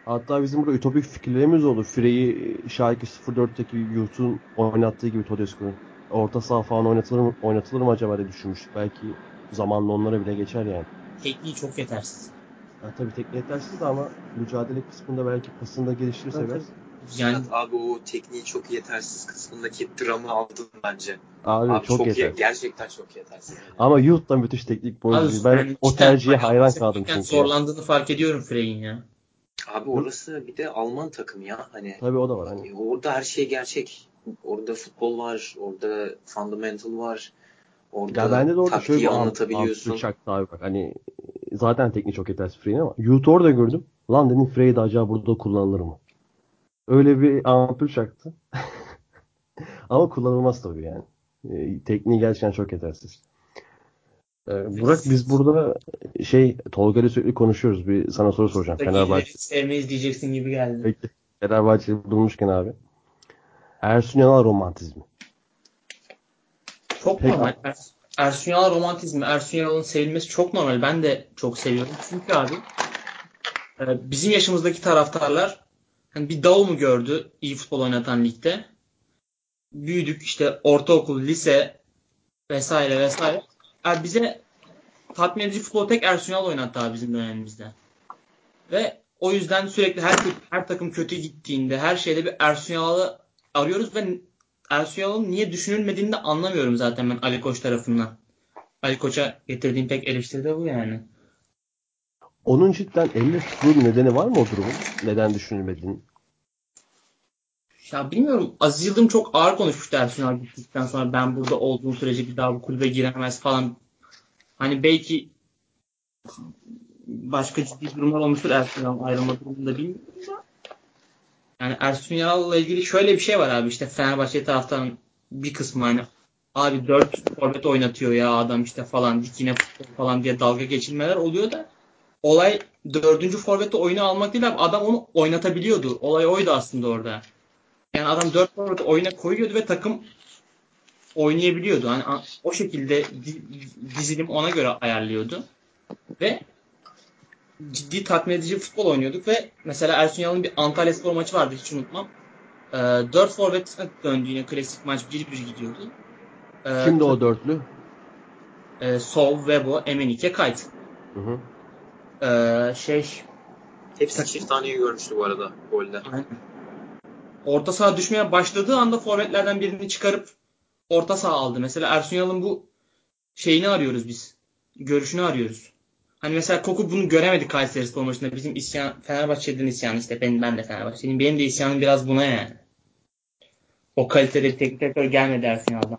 Hatta bizim burada ütopik fikirlerimiz oldu. Frey'i Schalke sıfır dörtteki Youth'un oynattığı gibi Todesco'nun. Orta saha falan oynatılır mı, oynatılır mı acaba diye düşünmüştük. Belki zamanla onlara bile geçer yani. Tekniği çok yetersiz. Ya tabii teknik yetersiz de ama mücadele kısmında belki pasında geliştirirse biraz. Yani Serhat abi o tekniği çok yetersiz kısmındaki dramı aldın bence. Abi, Abi çok, çok yetersiz. Ye- gerçekten çok yetersiz. Yani. Ama Youth'tan müthiş teknik bir oyuncu abi değil. Ben yani o cidden tercihe ayağı hayran pası kaldım yaparken çünkü ya. zorlandığını fark ediyorum Frey'in ya. Abi orası bir de Alman takım ya. Hani Tabii o da var. Hani. e, orada her şey gerçek. Orada futbol var, orada fundamental var. Ya Orada bende de orada şöyle taktiği bir ant, ampul anlatabiliyorsun. çaktı abi bak. Hani zaten teknik çok yetersiz Frey'in ama Youth'u orada gördüm. Lan dedim Frey de acaba burada kullanılır mı? Öyle bir ampul çaktı. Ama kullanılmaz tabii yani. E, tekniği gerçekten çok yetersiz. E, Burak biz burada şey Tolga ile sürekli konuşuyoruz. Bir sana soru soracağım. Yenileri Fenerbahçe. sevmeyiz diyeceksin gibi geldi. Peki. Fenerbahçe'yi bulmuşken abi. Ersun Yanal romantizmi. Çok Pek normal. Er- Ersun Yanal romantizmi, Ersun Yanal'ın sevilmesi çok normal. Ben de çok seviyorum. Çünkü abi e, bizim yaşımızdaki taraftarlar hani bir Davu mu gördü iyi futbol oynatan ligde? Büyüdük işte ortaokul, lise vesaire vesaire. Yani bize tatmin edici futbol tek Ersun Yanal oynattı abi bizim dönemimizde. Ve o yüzden sürekli her her takım kötü gittiğinde her şeyde bir Ersun Yanal'ı arıyoruz ve Ersun Yanal'ın niye düşünülmediğini de anlamıyorum zaten ben Ali Koç tarafından. Ali Koç'a getirdiğim tek eleştiri de bu yani. onun cidden elle tutulur bir nedeni var mı o durumun? Neden düşünülmediğini? Ya bilmiyorum. Aziz Yıldırım çok ağır konuşmuştu Ersun Yanal gittikten sonra ben burada olduğum sürece bir daha bu kulübe giremez falan. Hani belki başka ciddi durumlar olmuştur Ersun Yanal ayrılma durumunda bilmiyorum. Yani Ersun Yanal'la ilgili şöyle bir şey var abi işte Fenerbahçe taraftarının bir kısmı hani abi dört forvet oynatıyor ya adam işte falan dikine futbol falan diye dalga geçilmeler oluyor da olay dördüncü forvette oyunu almak değil abi adam onu oynatabiliyordu. Olay oydu aslında orada. Yani adam dört forveti oyuna koyuyordu ve takım oynayabiliyordu. Hani o şekilde dizilim ona göre ayarlıyordu. Ve ciddi tatmin edici futbol oynuyorduk ve mesela Ersun Yanal'ın bir Antalyaspor maçı vardı hiç unutmam. E, dört forvetine döndü yine klasik maç bir bir gidiyordu. E, Kimdi o dörtlü? e, Sov, Vebo, Emenike, Kayt. Hı hı. E, şey Hepsi takım, çift taneyi görmüştü bu arada golde. aynen. Orta saha düşmeye başladığı anda forvetlerden birini çıkarıp orta saha aldı. Mesela Ersun Yanal'ın bu şeyini arıyoruz biz. Görüşünü arıyoruz. Hani mesela Koku bunu göremedi Kayserispor maçında. Bizim isyan, Fenerbahçe'den isyan işte. Ben, ben de Fenerbahçeliyim. Benim de isyanım biraz buna yani. O kalitede bir teknik direktör gelmedi Ersun Yanal'dan.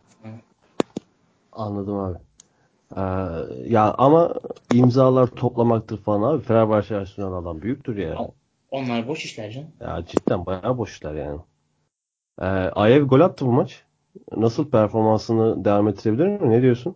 Anladım abi. Ee, ya ama imzalar toplamaktır falan abi. Fenerbahçe Ersun Yanal'dan büyüktür ya. Onlar boş işler canım. Ya cidden bayağı boş işler yani. Ee, Ayev gol attı bu maç. Nasıl performansını devam ettirebilir mi? Ne diyorsun?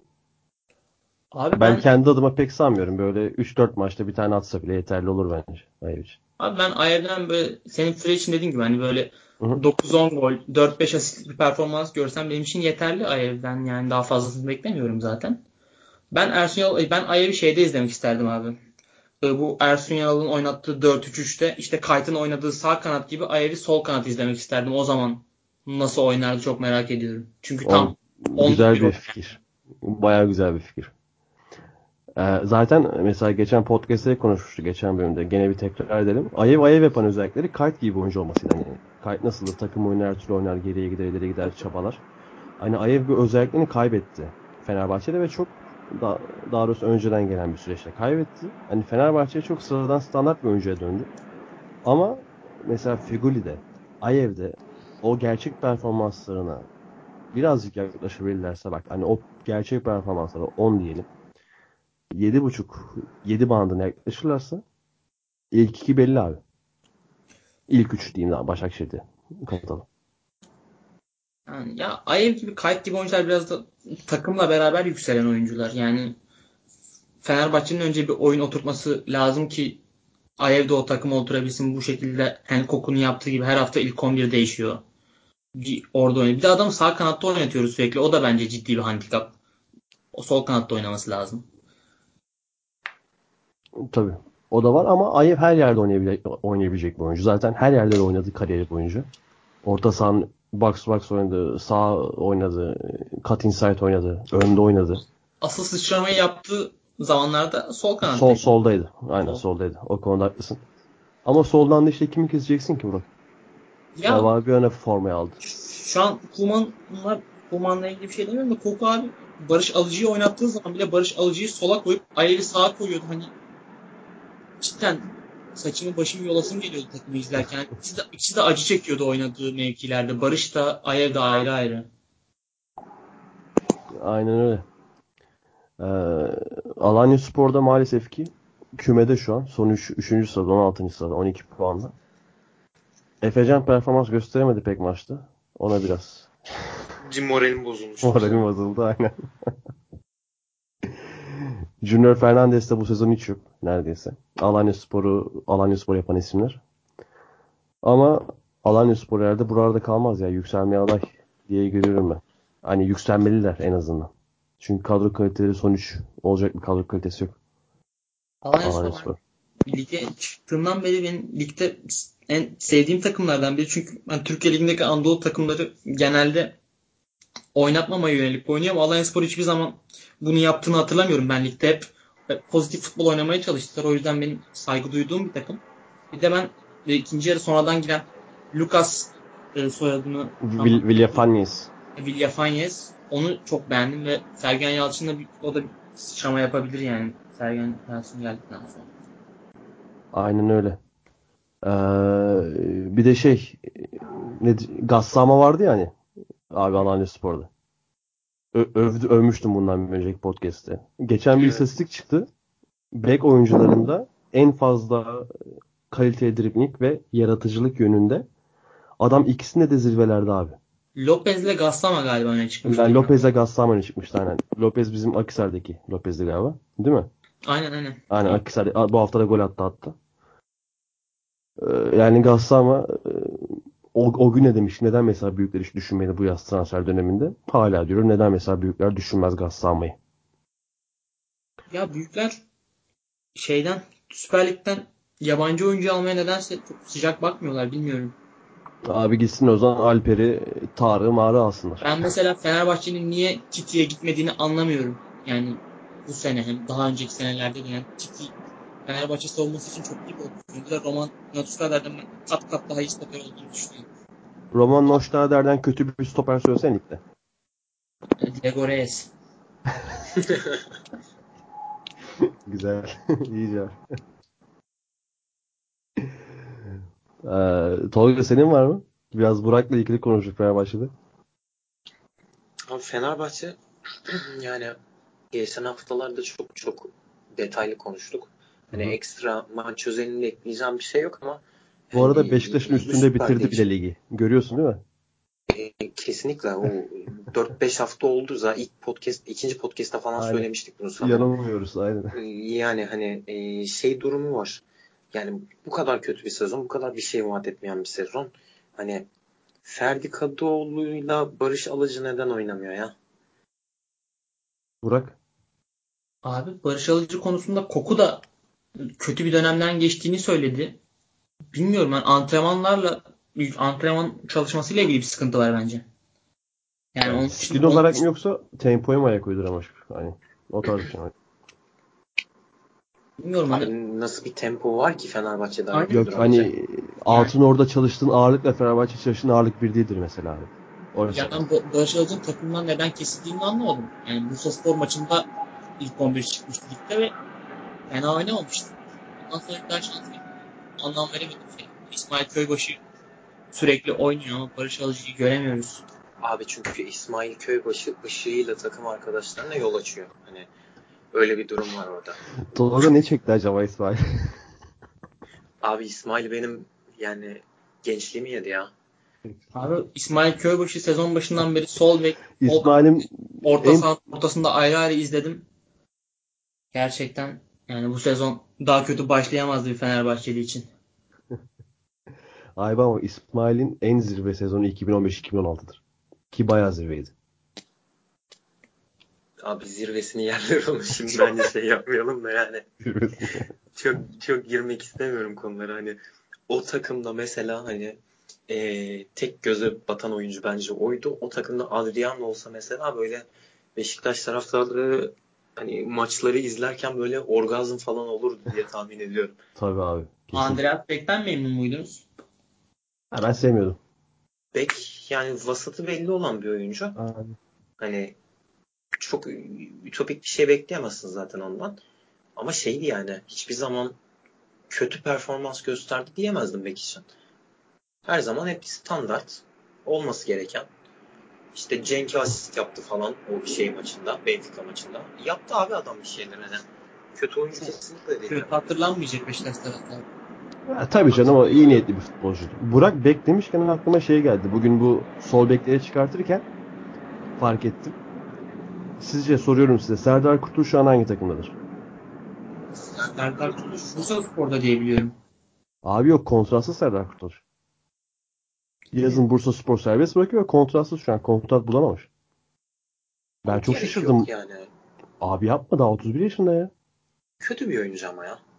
Abi Ben ben kendi adıma pek sanmıyorum. Böyle üç dört maçta bir tane atsa bile yeterli olur bence Ayev için. abi ben Ayev'den böyle senin süre için dediğin gibi hani böyle Hı hı. dokuz on gol, dört beş asistlik bir performans görsem benim için yeterli Ayev'den. Yani daha fazlasını beklemiyorum zaten. Ben Ersun Yanal, ben Ayev'i şeyde izlemek isterdim abi. Bu Ersun Yanal'ın oynattığı dört üç üçte işte Kayt'ın oynadığı sağ kanat gibi Ayev'i sol kanat izlemek isterdim. O zaman nasıl oynardı çok merak ediyorum. Çünkü O tam onluk güzel bir bir oyun. fikir. Bayağı güzel bir fikir. Ee, zaten mesela geçen podcast'te konuşmuştuk geçen bölümde. Gene bir tekrar edelim. Ayev Ayev yapan özellikleri Kayt gibi bir oyuncu olmasıydı. Hani Kayt nasıldır? Takım oyunu her türlü oynar, geriye gider, ileri gider, çabalar. Hani Ayev bu özelliklerini kaybetti Fenerbahçe'de ve çok da, daha doğrusu önceden gelen bir süreçte kaybetti. Hani Fenerbahçe çok sıradan standart bir oyuncuya döndü. Ama mesela Fegüli'de, Ayev'de o gerçek performanslarına birazcık yaklaşabilirlerse bak hani o gerçek performanslara on diyelim. yedi buçuk yedi bandına yaklaşırlarsa ilk iki belli abi. İlk üç diyeyim daha Başakşehir'de kapatalım. Yani ya Ayev gibi Kayt gibi oyuncular biraz da takımla beraber yükselen oyuncular. Yani Fenerbahçe'nin önce bir oyun oturtması lazım ki Ayev de o takıma oturabilsin bu şekilde. Enkoku'nun yaptığı gibi her hafta ilk on bir değişiyor. Bir orada oynuyor. Bir de adamı sağ kanatta oynatıyoruz sürekli. O da bence ciddi bir handikap. O sol kanatta oynaması lazım. Tabii. O da var ama Ayev her yerde oynayabilecek, oynayabilecek bir oyuncu. Zaten her yerde de oynadı kariyeri boyunca. Orta sahanın box to box oynadı, sağ oynadı, cut inside oynadı, önde oynadı. Asıl sıçramayı yaptığı zamanlarda sol kanattaydı. Sol soldaydı. Aynen Sol. soldaydı. O konuda haklısın. Ama soldan da işte kimi keseceksin ki Burak? Ya Eva bir öne formayı aldı. şu an Kuman'la Kuman'la ilgili bir şey demiyorum da Koku abi Barış Alıcı'yı oynattığı zaman bile Barış Alıcı'yı sola koyup Ayev'i sağa koyuyordu. Hani cidden saçımı başımı yolasım geliyordu takımı izlerken. Yani ikisi, de, ikisi de acı çekiyordu oynadığı mevkilerde. Barış da Ayev de ayrı ayrı. Aynen öyle. Ee, Alanyaspor'da maalesef ki kümede şu an. Son üç, üçüncü sırada, on altıncı sırada, on iki puanla. Efecan performans gösteremedi pek maçta. Ona biraz Moralim bozulmuş. moralim bozuldu aynen. Junior Fernandes de bu sezon hiç yok neredeyse. Alanyaspor'u Alanyaspor yapan isimler. Ama Alanyaspor herhalde buralarda kalmaz ya. Yükselmeye aday diye görüyorum ben. Hani yükselmeliler en azından. Çünkü kadro kaliteleri son üç olacak bir kadro kalitesi yok. Alanyaspor Alanyaspor. lige çıktığından beri benim ligde en sevdiğim takımlardan biri. Çünkü ben Türkiye Ligi'ndeki Anadolu takımları genelde oynatmamaya yönelik oynuyor ama Alanyaspor hiçbir zaman bunu yaptığını hatırlamıyorum. Ben ligde hep pozitif futbol oynamaya çalıştılar. O yüzden benim saygı duyduğum bir takım. Bir de ben e, ikinci yarı sonradan giren Lucas e, soyadını Vil- Villafañez. Villafañez onu çok beğendim ve Sergen Yalçın'la bir, o da bir sıçrama yapabilir yani Sergen Yalçın geldikten sonra. Aynen öyle. Ee, bir de şey ne, Gassama vardı ya hani abi Alanyaspor'da. Ö- övdü, övmüştüm bundan bir önceki podcast'te. Geçen bir Evet. istatistik çıktı. Bek oyuncularında en fazla kaliteli dribling ve yaratıcılık yönünde adam ikisinde de zirvelerde abi. Lopez ile Gassama galiba öne çıkmıştı. Ben Lopez'e Gassama'ya çıkmıştı aynen. Lopez bizim Akhisar'daki Lopez'di galiba. Değil mi? Aynen aynen. Aynen Akhisar'da. Bu hafta da gol attı hatta. Ee, yani Gassama e, o, o gün ne demiş? Neden mesela büyükler hiç düşünmedi bu yaz transfer döneminde? Hala diyorum neden mesela büyükler düşünmez Gassama'yı? Ya büyükler şeyden Süper Lig'den yabancı oyuncu almaya nedense çok sıcak bakmıyorlar bilmiyorum. Abi gitsin o zaman Alper'i, Tarık'ı, Mağrı alsınlar. Ben mesela Fenerbahçe'nin niye Titi'ye gitmediğini anlamıyorum. Yani bu sene hem daha önceki senelerde de yani Titi Fenerbahçe savunması için çok iyi bir opsiyondu da Roman Natuskaler'den ben kat kat daha iyi stoper olduğunu düşünüyorum. Roman Noştader'den kötü bir stoper söylesen ligde. Diego Reyes. Güzel. İyi cevap. Ee, Tolga senin var mı? Biraz Burak'la ilgili konuştuk Fenerbahçe'de. Abi Fenerbahçe yani geçen haftalarda çok çok detaylı konuştuk. Hani Hı hı. ekstra maç özelinde ekleyeceğim bir şey yok ama Bu hani arada Beşiktaş'ın iyi bir üstünde Süper bitirdi Lig. bile ligi. Görüyorsun değil mi? E, kesinlikle o dört beş hafta oldu zaten ilk podcast ikinci podcast'ta falan Aynen. söylemiştik bunu sana. Yanılmıyoruz aynen. E, Yani hani e, şey durumu var. Yani bu kadar kötü bir sezon, bu kadar bir şey vaat etmeyen bir sezon. Hani Ferdi Kadıoğlu'yla Barış Alıcı neden oynamıyor ya? Burak. Abi Barış Alıcı konusunda Koku da kötü bir dönemden geçtiğini söyledi. Bilmiyorum ben antrenmanlarla antrenman çalışmasıyla ilgili bir sıkıntı var bence. Yani Yani onun dışında stil onun olarak mı dışında yoksa tempoya mı ayak uyduramamış? Hani o tarz bir şey mi? bilmiyorum hani Abi nasıl bir tempo var ki Fenerbahçe'de ayak aynen Yok uyduramayacak? hani yani Altın orada çalıştığın ağırlıkla Fenerbahçe çalıştığın ağırlık bir değildir mesela abi. Orası ya ben sıkıntı. Ba- Barış Alıcı'nın takımdan neden kesildiğini anlamadım. Yani Bursaspor maçında ilk on bir çıkmıştı ligde ve fena oynamamıştı. Ondan sonra bir daha şans verdim. Anlam veremedim şey. İsmail Köybaşı sürekli oynuyor ama Barış Alıcı'yı göremiyoruz. Abi çünkü İsmail Köybaşı ışığıyla takım arkadaşlarına yol açıyor. Hani öyle bir durum var orada. Tolga ne çekti acaba İsmail? Abi İsmail benim yani gençliğimi yedi ya. Abi İsmail Köybaşı sezon başından beri sol bek, sol İsmail'in orta en saha ortasında ayrı ayrı izledim. Gerçekten yani bu sezon daha kötü başlayamazdı bir Fenerbahçeli için. Ayba ama İsmail'in en zirve sezonu iki bin on beş iki bin on altıdır. Ki bayağı zirveydi. Abi zirvesini yerler onu şimdi bence şey yapmayalım da yani. Zirvesinde. çok çok girmek istemiyorum konulara. Hani o takımda mesela hani e, tek göze batan oyuncu bence oydu. O takımda Adriano olsa mesela böyle Beşiktaş taraftarları hani maçları izlerken böyle orgazm falan olurdu diye tahmin ediyorum. Tabii abi. Kesin. Andreas Beck'ten memnun muydunuz? Ha, ben sevmiyordum. Beck yani vasatı belli olan bir oyuncu. Abi. Hani çok ütopik bir şey bekleyemezsin zaten ondan. Ama şeydi yani hiçbir zaman kötü performans gösterdi diyemezdim Beck için. Her zaman hep standart olması gereken. İşte Cenk'e asist yaptı falan o şey maçında, Benfica maçında. Yaptı abi adam bir şeyler hani. Kötü oyuncu kesinlikle değil. Kötü hatırlanmayacak Beşiktaş taraftarı. Ha, tabii canım o iyi niyetli bir futbolcuydu. Burak Bek demişken aklıma şey geldi. Bugün bu sol bekleri çıkartırken fark ettim. Sizce soruyorum size. Serdar Kurtuluş şu an hangi takımdadır? Serdar Kurtuluş Bursaspor'da diye biliyorum. Abi yok, kontratsız Serdar Kurtuluş. Yazın Bursaspor serbest bırakıyor ve kontratsız şu an. Kontrat bulamamış. Ben çok Gerek şaşırdım. yok yani. Abi yapma, daha otuz bir yaşında ya. Kötü bir oyuncu ama ya.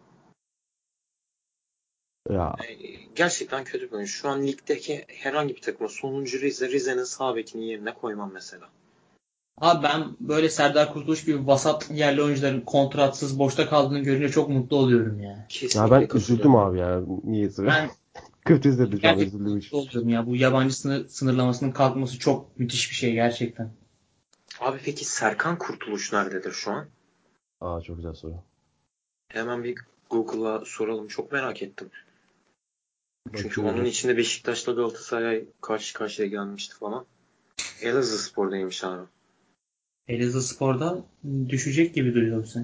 Ya Yani gerçekten kötü bir oyuncu. Şu an ligdeki herhangi bir takıma sonuncu Rize, Rize'nin sağ bekini yerine koymam mesela. Abi ben böyle Serdar Kurtuluş gibi vasat yerli oyuncuların kontratsız boşta kaldığını görünce çok mutlu oluyorum ya. Kesinlikle ya ben üzüldüm katılıyorum. abi ya. Niyeyse. Ben Kötü izledim şu an, gerçekten üzüldüm hiç. mutlu oluyorum ya. Bu yabancı sınır, sınırlamasının kalkması çok müthiş bir şey gerçekten. Abi peki Serkan Kurtuluş nerededir şu an? Aa, çok güzel soru. Hemen bir Google'a soralım. Çok merak ettim. Çünkü Bakıyorum. onun içinde Beşiktaş'la Galatasaray karşı karşıya gelmişti falan. Elazığspor'daymış abi. Elazığspor'da düşecek gibi duruyor bu sene.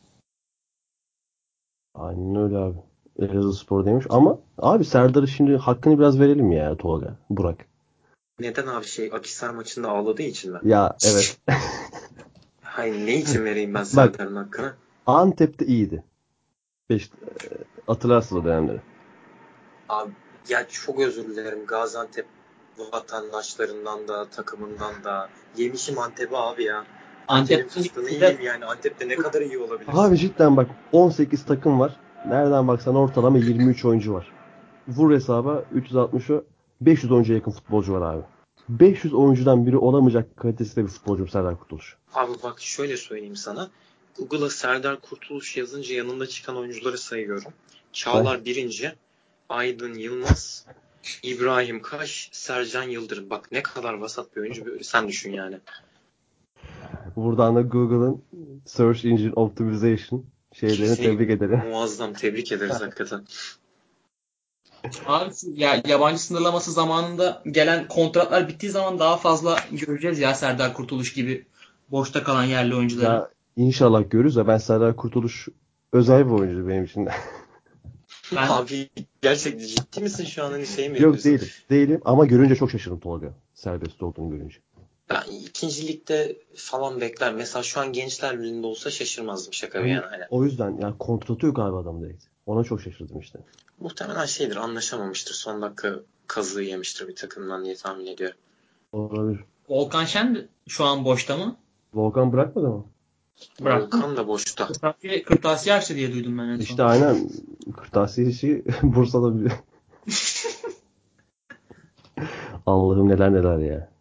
Aynen öyle abi. Elazığspor demiş ama abi Serdar'ı şimdi hakkını biraz verelim ya Tolga, Burak. Neden abi şey Akhisar maçında ağladığı için mi? Ya evet. Hayır ne için vereyim ben Bak, Serdar'ın hakkını? Antep'te iyiydi. Beş, hatırlarsın o dönemleri. Abi ya çok özür dilerim Gaziantep vatandaşlarından da takımından da. Yemişim Antep'i abi ya. Antep'in Antep'in fıstığını liginde yiyeyim yani. Antep'te ne kadar iyi olabilirsin? Abi cidden bak, on sekiz takım var. Nereden baksan ortalama yirmi üç oyuncu var. Vur hesaba üç yüz altmışa beş yüz oyuncuya yakın futbolcu var abi. beş yüz oyuncudan biri olamayacak kalitesinde bir futbolcu Serdar Kurtuluş. Abi bak şöyle söyleyeyim sana. Google'a Serdar Kurtuluş yazınca yanında çıkan oyuncuları sayıyorum. Çağlar Birinci, Aydın Yılmaz, İbrahim Kaş, Sercan Yıldırım. Bak ne kadar vasat bir oyuncu. Sen düşün yani. Buradan da Google'ın Search Engine Optimization şeylerini Kesinlikle tebrik ederim. muazzam. Tebrik ederiz hakikaten. abi ya yabancı sınırlaması zamanında gelen kontratlar bittiği zaman daha fazla göreceğiz ya Serdar Kurtuluş gibi boşta kalan yerli oyuncuları. Ya inşallah görürüz ya, ben Serdar Kurtuluş özel bir oyuncu benim için. Ben Abi gerçekten ciddi misin şu an hani şey mi Yok, yapıyorsun? değilim. Değilim ama görünce çok şaşırdım Tolga. Serbest olduğunu görünce. Ben ikinci ligde falan bekler. Mesela şu an Gençler Birliği'nde olsa şaşırmazdım şaka bir Hani yana. Hani. o yüzden yani kontratı yok galiba adam direkt. Ona çok şaşırdım işte. Muhtemelen şeydir anlaşamamıştır. Son dakika kazığı yemiştir bir takımdan diye tahmin ediyorum. Olabilir. Volkan Şen şu an boşta mı? Volkan bırakmadı mı? Bıraktı mı? Volkan da boşta. Kırtasiye, kırtasiye açtı diye duydum ben en son. İşte aynen, kırtasiye işi Bursa'da bir... Allah'ım neler neler ya.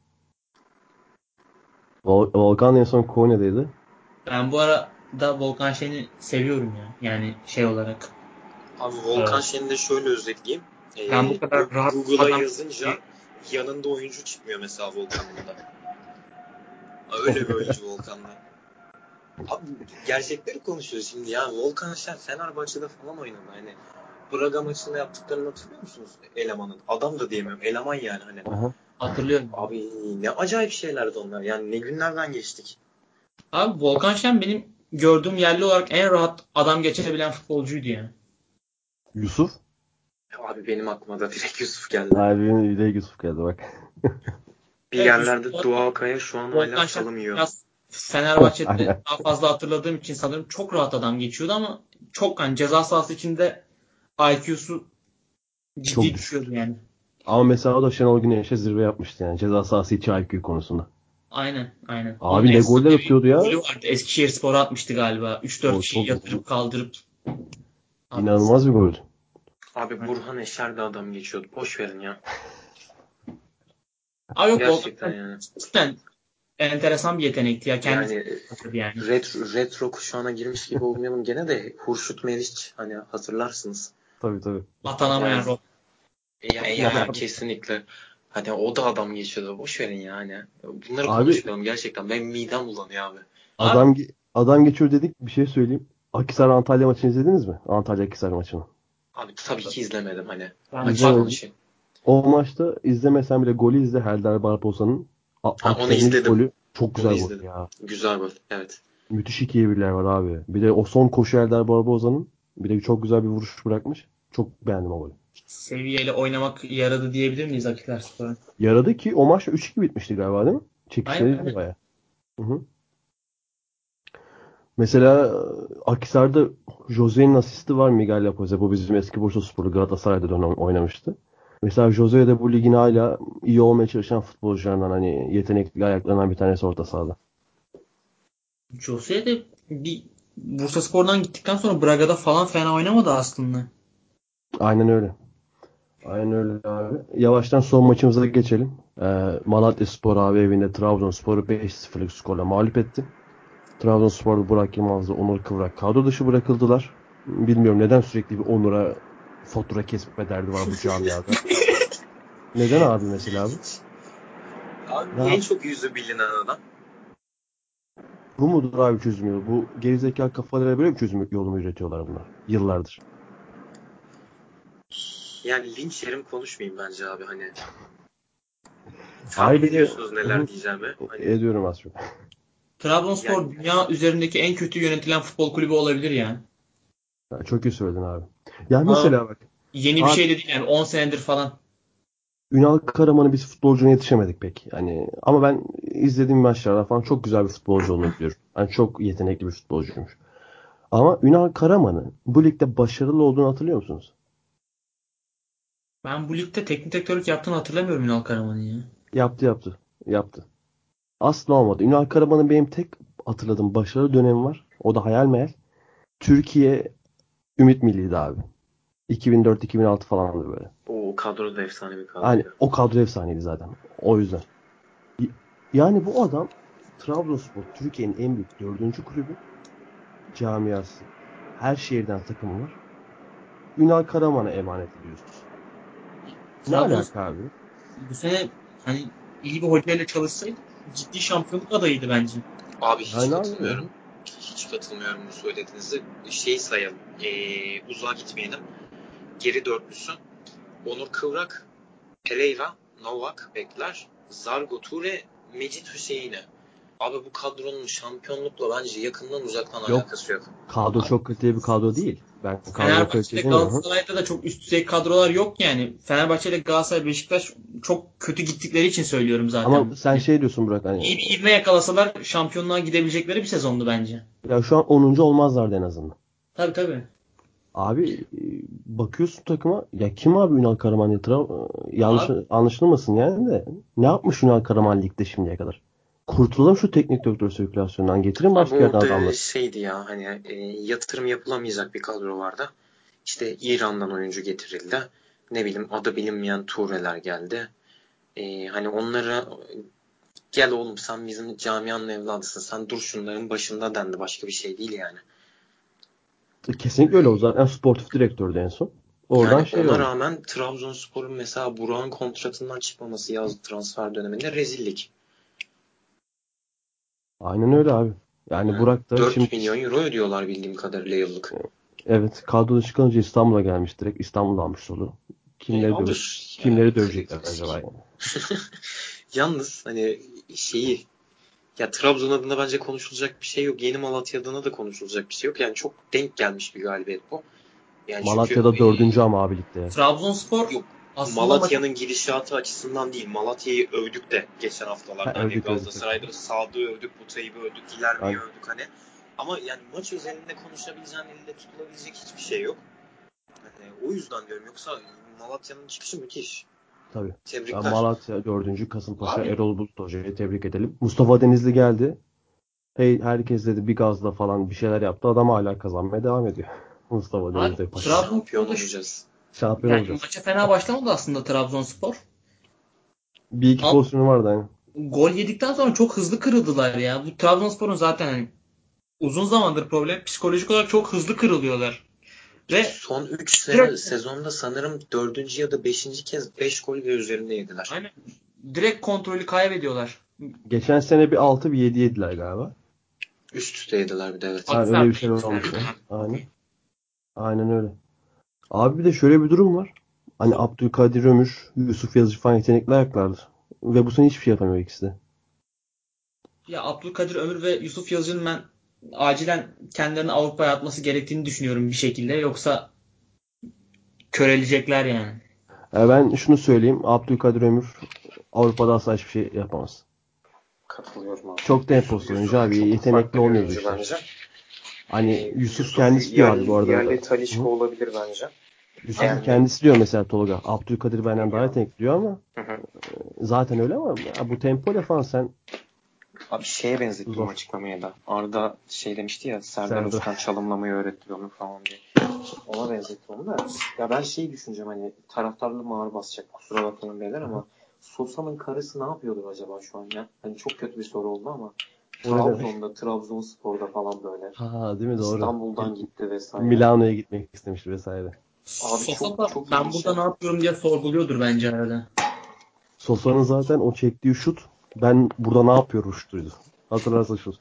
Vol- Volkan en son Konya'daydı. Ben bu arada Volkan Şen'i seviyorum ya. Yani şey olarak. Abi Volkan Şen'i de şöyle özetleyeyim. Ee, Ben bu kadar rahat Google'a adam yazınca yanında oyuncu çıkmıyor mesela Volkan'ın da. Öyle bir oyuncu Volkan'da. Abi gerçekleri konuşuyoruz şimdi ya. Volkan Şen Fenerbahçe'de falan oynadı. Hani Braga maçında yaptıklarını hatırlıyor musunuz elemanın? Adam da diyemiyorum. Eleman yani hani. Aha. hatırlıyorum. Abi ne acayip şeylerdi onlar. Yani ne günlerden geçtik. Abi Volkan Şen benim gördüğüm yerli olarak en rahat adam geçebilen futbolcuydu yani. Yusuf. Abi benim aklıma da direkt Yusuf geldi. Abi benim de Yusuf geldi bak. Bir Evet, yerlerde Yusuf, Dua Kaya şu an Volkan hala Şen salım yiyor. biraz Fenerbahçe'de Aynen. daha fazla hatırladığım için sanırım çok rahat adam geçiyordu ama çok hani ceza sahası içinde I Q'su Çok ciddi düşük. düşüyordu yani. Ama mesela o da Şenol Güneş'e zirve yapmıştı yani. Ceza sahası içi I Q konusunda. Aynen, aynen. Onun Abi ne goller efsane bir atıyordu ya. golü vardı. Eskişehirspor'a atmıştı galiba. üç dört O kişiyi çok yatırıp kaldırıp. İnanılmaz bir gol. Abi Burhan Eşer de adam geçiyordu. Boş verin ya. Aa yok Gerçekten o yani. cidden enteresan bir yetenekti ya. Kendisi Yani yani. retro, retro kuşağına girmiş gibi olmayalım gene de Hurşut Meriç hani hatırlarsınız. Tabii tabii. Atanamayan Yani, rol. ya, Yani ya abi, kesinlikle. Hani o da adam geçiyordu. Boş verin yani. Bunları abi konuşmayalım gerçekten. Benim midem bulanıyor abi. Abi adam adam geçiyor dedik, bir şey söyleyeyim. Akhisar Antalya maçını izlediniz mi? Antalya Akhisar maçını. Abi tabii ki izlemedim hani. ben Açık bak İzlemedim. konuşayım. O maçta izlemesen bile golü izle. Helder Barposa'nın A- Ha, onu Akhisar'ın ilk izledim. golü çok Onu güzel gol izledim. ya. Güzel gol. Evet. Müthiş ikiye birler var abi. Bir de o son koşu Helder Barbosa'nın, bir de çok güzel bir vuruş bırakmış. Çok beğendim o golü. seviyeyle oynamak yaradı diyebilir miyiz Akhisarspor'a? Yaradı ki o maç üç iki bitmişti galiba, değil mi? Çekişmeliydi Aynen. bayağı. Hı hı. Mesela Akhisar'da José'nin asisti var, Miguel Lapoze. Bu bizim eski Bursasporlu, Galatasaray'da da oynamıştı. Mesela José de bu ligin hala iyi olmaya çalışan futbolcularından, hani yetenekli ayaklanan bir tanesi orta sahada. Jose de bir Bursaspor'dan gittikten sonra Braga'da falan fena oynamadı aslında. Aynen öyle. Aynen öyle abi. Yavaştan son maçımıza geçelim. Ee, Malatyaspor abi evinde Trabzonspor'u beş sıfırlık skorla mağlup etti. Trabzonspor'da Burak Yılmaz'la Onur Kıvrak kadro dışı bırakıldılar. Bilmiyorum neden sürekli bir Onur'a fatura kesme derdi var bu camiada. Neden abi mesela abi? Abi Ne en yap? çok yüzü bilinen adam. Bu mudur abi çözüm yolu? Bu gerizekalı kafalara böyle bir çözüm yolu mu üretiyorlar bunlar? Yıllardır. Yani linç yerim konuşmayayım bence abi hani. Tahmin Abi bir de ediyorsunuz Hı neler hı. diyeceğimi. Hani Ediyorum az çok. Trabzonspor yani dünya üzerindeki en kötü yönetilen futbol kulübü olabilir yani. Ya çok iyi söyledin abi. Ya Aa, mesela bak. yeni bir Abi şey de değil yani on senedir falan. Ünal Karaman'ı biz futbolcuna yetişemedik pek. Yani ama ben izlediğim maçlarda falan çok güzel bir futbolcu olduğunu biliyorum. Yani çok yetenekli bir futbolcuymuş. Ama Ünal Karaman'ı bu ligde başarılı olduğunu hatırlıyor musunuz? Ben bu ligde teknik direktörlük yaptığını hatırlamıyorum Ünal Karaman'ın ya. Yaptı yaptı. Yaptı. Asla olmadı. Ünal Karaman'ın benim tek hatırladığım başarılı dönemi var. O da hayal meyal. Türkiye Ümit Milli'ydi abi. iki bin dört iki bin altı falandı böyle. o kadro da efsane bir Yani kadroydu. o kadro efsaneydi zaten. O yüzden. Y- Yani bu adam Trabzonspor Türkiye'nin en büyük dördüncü kulübü. Camiası. Her şehirden takımı var. Ünal Karaman'a emanet ediyorsunuz. Ne alaka Trabzonspor abi? bu sene hani iyi bir hocayla çalışsaydı ciddi şampiyonluk adayıydı bence. Abi hiç Yani abi. katılmıyorum. Hiç katılmıyorum bu söylediğinizde. Şeyi sayalım. Ee, uzağa gitmeyelim. Geri dörtlüsü. Onur Kıvrak, Pereira, Novak bekler. Zargo Ture, Mecit Hüseyin'e. Abi bu kadronun şampiyonlukla bence yakından uzaktan Yok. alakası yok. Kadro çok kaliteli bir kadro değil. Ben kadro Fenerbahçe'de kaliteli demiyorum. Hı. Galatasaray'da da çok üst düzey kadrolar yok yani. Fenerbahçe'de Galatasaray, Beşiktaş çok kötü gittikleri için söylüyorum Ama zaten. sen Yani şey diyorsun Burak, hani iyi bir ivme yakalasalar şampiyonluğa gidebilecekleri bir sezondu bence. ya şu an onuncu olmazlardı en azından. Tabii tabii. Abi e, bakıyorsun takıma, ya kim abi Ünal Karaman yatıra, yanlış Abi anlaşılmasın yani, de ne yapmış Ünal Karaman ligde şimdiye kadar? Kurtulalım şu teknik direktör sirkülasyonundan, getirin Abi başka yerden orada adamları. şeydi ya hani e, yatırım yapılamayacak bir kadro vardı. İşte İran'dan oyuncu getirildi. Ne bileyim adı bilinmeyen Ture'ler geldi. E, hani onlara gel oğlum sen bizim camianın evladısın. Sen dur şunların başında dendi. Başka bir şey değil yani. Kesinlikle öyle, o zaten sportif direktördü en son. Oradan Yani şey ona oldu. rağmen Trabzonspor'un mesela Burak'ın kontratından çıkmaması yaz transfer döneminde rezillik. Aynen öyle abi. Yani Yani Burak da dört şimdi, milyon euro ödüyorlar bildiğim kadarıyla yıllık. evet, kadroda çıkınca İstanbul'a gelmiş, direkt İstanbul'da almış oluyor. E, Kimleri döv alır. Yani, kimleri dövecekler acaba klasik. yani? Yalnız hani şeyi ya Trabzon adına bence konuşulacak bir şey yok. Yeni Malatya adına da konuşulacak bir şey yok. Yani çok denk gelmiş bir galibiyet bu. Yani çünkü Malatya'da e, dördüncü ama abi ligde. Trabzonspor yok aslında maçı Malatya'nın gidişatı açısından değil. Malatya'yı övdük de geçen Ha, haftalarda. Hani övdük övdük. Galatasaray'da Sadık'ı övdük, Kutay'ı övdük, İlerme'yi Aynen. övdük hani. Ama yani maç özelinde konuşabileceğin, elinde tutulabilecek hiçbir şey yok. Yani o yüzden diyorum. Yoksa Malatya'nın çıkışı müthiş. Tabii. Ya Tebrikler. Malatya dördüncü, Kasımpaşa abi Erol Bulut Hoca'yı tebrik edelim. Mustafa Denizli geldi. Hey, herkes dedi bir gazla falan bir şeyler yaptı. Adam hala kazanmaya devam ediyor. Mustafa Abi Denizli Paşa. Şampiyon Trabzonspor'da şu- olacağız. Şampiyon yani olacağız. maça fena başlamadı aslında Trabzonspor. Bir iki Ama pozisyonu vardı yani. gol yedikten sonra çok hızlı kırıldılar ya. Bu Trabzonspor'un zaten hani uzun zamandır problem. Psikolojik olarak çok hızlı kırılıyorlar. Ve Son üç sene direkt, sezonda sanırım dördüncü ya da beşinci kez beş gol ve üzerinde yediler. aynen, direkt kontrolü kaybediyorlar. Geçen sene bir altı bir yedi yediler galiba. Üst üste yediler bir de evet. Yani Hatta öyle bir şey benzer olmuş. yani. Aynen. Aynen öyle. Abi bir de şöyle bir durum var. Hani Abdülkadir Ömür, Yusuf Yazıcı falan yetenekli ayaklardır. Ve bu sene hiçbir şey yapamıyor ikisi de. Ya Abdülkadir Ömür ve Yusuf Yazıcı'nın ben acilen kendilerini Avrupa'ya atması gerektiğini düşünüyorum bir şekilde. Yoksa köreleyecekler yani. Yani ben şunu söyleyeyim. Abdülkadir Ömür Avrupa'da asla hiçbir şey yapamaz. Katılıyorum abi. Çok temposlu oyuncu abi. Yetenekli olmuyor bu işler. bence. Hani Ee, Yusuf kendisi diyor abi bu arada. yerli Talisca Hı? olabilir bence. Yusuf Yani- kendisi diyor mesela Tolga. Abdülkadir benden daha Bilmiyorum. yetenekli diyor ama Hı hı. zaten öyle ama ya bu tempoyla falan sen Abi şeye benzettim Zor. açıklamaya da. Arda şey demişti ya Serdar Serdar. Özkan çalımlamayı öğretti onu falan diye. Ona benzettim onu da. Ya ben şey düşüneceğim hani taraftarlı ağır basacak kusura bakmayın beyler ama Sosa'nın karısı ne yapıyordur acaba şu an ya? Hani çok kötü bir soru oldu ama O ne demek? Trabzon'da, Trabzonspor'da falan böyle. Ha değil mi doğru. İstanbul'dan gitti vesaire. Milano'ya gitmek istemiş vesaire. Abi Sosa çok- da çok ben ilginç burada ya. ne yapıyorum diye sorguluyordur bence arada. Sosa'nın zaten o çektiği şut ben burada ne yapıyorum şutuydu. Hatırlarsa şut.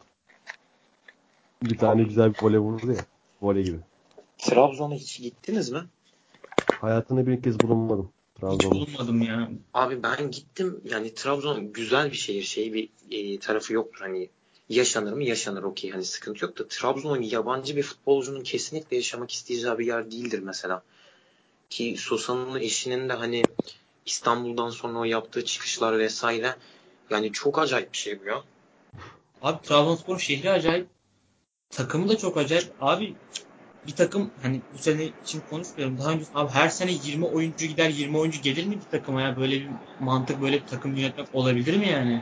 Bir tane güzel bir voley vurdu ya. Voley gibi. Trabzon'a hiç gittiniz mi? Hayatımda bir kez bulunmadım Hiç Trabzon'da. bulunmadım ya. Abi ben gittim. Yani Trabzon güzel bir şehir. Şey bir e, tarafı yoktur. Hani yaşanır mı? Yaşanır okey. Hani sıkıntı yok da Trabzon yabancı bir futbolcunun kesinlikle yaşamak isteyeceği bir yer değildir mesela. Ki Sosa'nın eşinin de hani İstanbul'dan sonra o yaptığı çıkışlar vesaire yani çok acayip bir şey bu ya. Abi Trabzonspor şehri acayip. Takımı da çok acayip. Abi bir takım hani bu sene için konuşmuyorum. Daha önce abi her sene yirmi oyuncu gider yirmi oyuncu gelir mi bir takıma ya? Böyle bir mantık böyle bir takım yönetmek olabilir mi yani?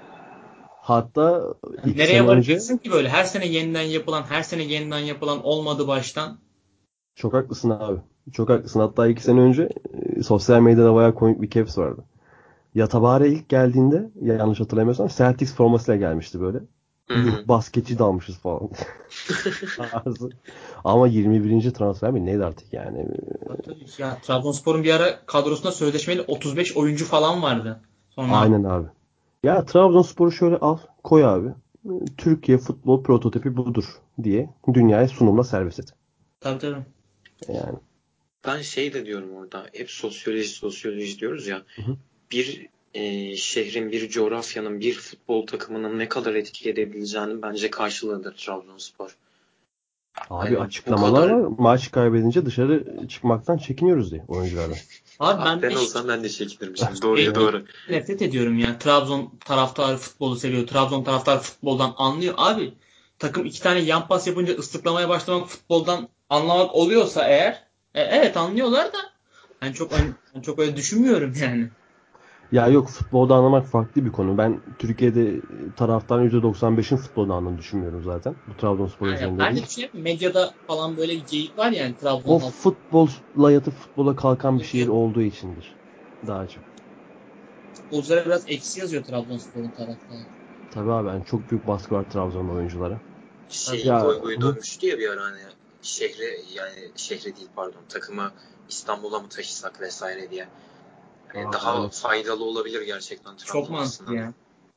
Hatta Yani iki nereye sene önce varacaksın ki böyle? Her sene yeniden yapılan, her sene yeniden yapılan olmadı baştan. çok haklısın abi. Çok haklısın. Hatta iki sene önce e, sosyal medyada bayağı komik bir caps vardı. Yatabare ilk geldiğinde yanlış hatırlamıyorsam Celtics formasıyla gelmişti böyle. Hı Yuh hı. basketçi dalmışız falan. Tarzı. Ama yirmi birinci transfer mi neydi artık yani? Tabii tabii. Ya Trabzonspor'un bir ara kadrosunda sözleşmeli otuz beş oyuncu falan vardı. Sonra Aynen abi. Ya Trabzonspor'u şöyle al, koy abi. Türkiye futbol prototipi budur diye dünyaya sunumla servis et. tabii tabii. Yani. Ben şey de diyorum orada hep sosyoloji sosyoloji diyoruz ya. Hı hı. Bir e, şehrin, bir coğrafyanın, bir futbol takımının ne kadar etki edebileceğinin bence karşılığıdır Trabzonspor. Abi Hani bu açıklamalar kadar var. Maç kaybedince dışarı çıkmaktan çekiniyoruz diye oyunculardan. Abi abi ben ben de olsam ben de çekinirmişim. Doğruya şey, doğru. nefret ediyorum ya. Trabzon taraftarı futbolu seviyor. Trabzon taraftarı futboldan anlıyor. Abi takım iki tane yan pas yapınca ıslıklamaya başlamak futboldan anlamak oluyorsa eğer e, evet anlıyorlar da ben çok ben çok öyle düşünmüyorum yani. Ya yok futbolda anlamak farklı bir konu. Ben Türkiye'de taraftarın yüzde doksan beşin futbolda anladığını düşünmüyorum zaten. Bu Trabzonspor Yani özelinde ben de değil. düşünüyorum medyada falan böyle bir geyik var yani O Trabzon halkı. futbolla yatıp futbola kalkan bir şehir olduğu içindir. Daha çok. Futbolculara biraz eksi yazıyor Trabzonspor'un taraftarı. Tabii abi yani çok büyük baskı var Trabzon'da oyunculara. Şeyin Ya goy goyu hı. dönmüştü ya bir ara hani şehre yani şehre değil pardon takımı İstanbul'a mı taşısak vesaire diye. Hani Aa, daha aynen. faydalı olabilir gerçekten Çok Trabzon mantıklı açısından. ya.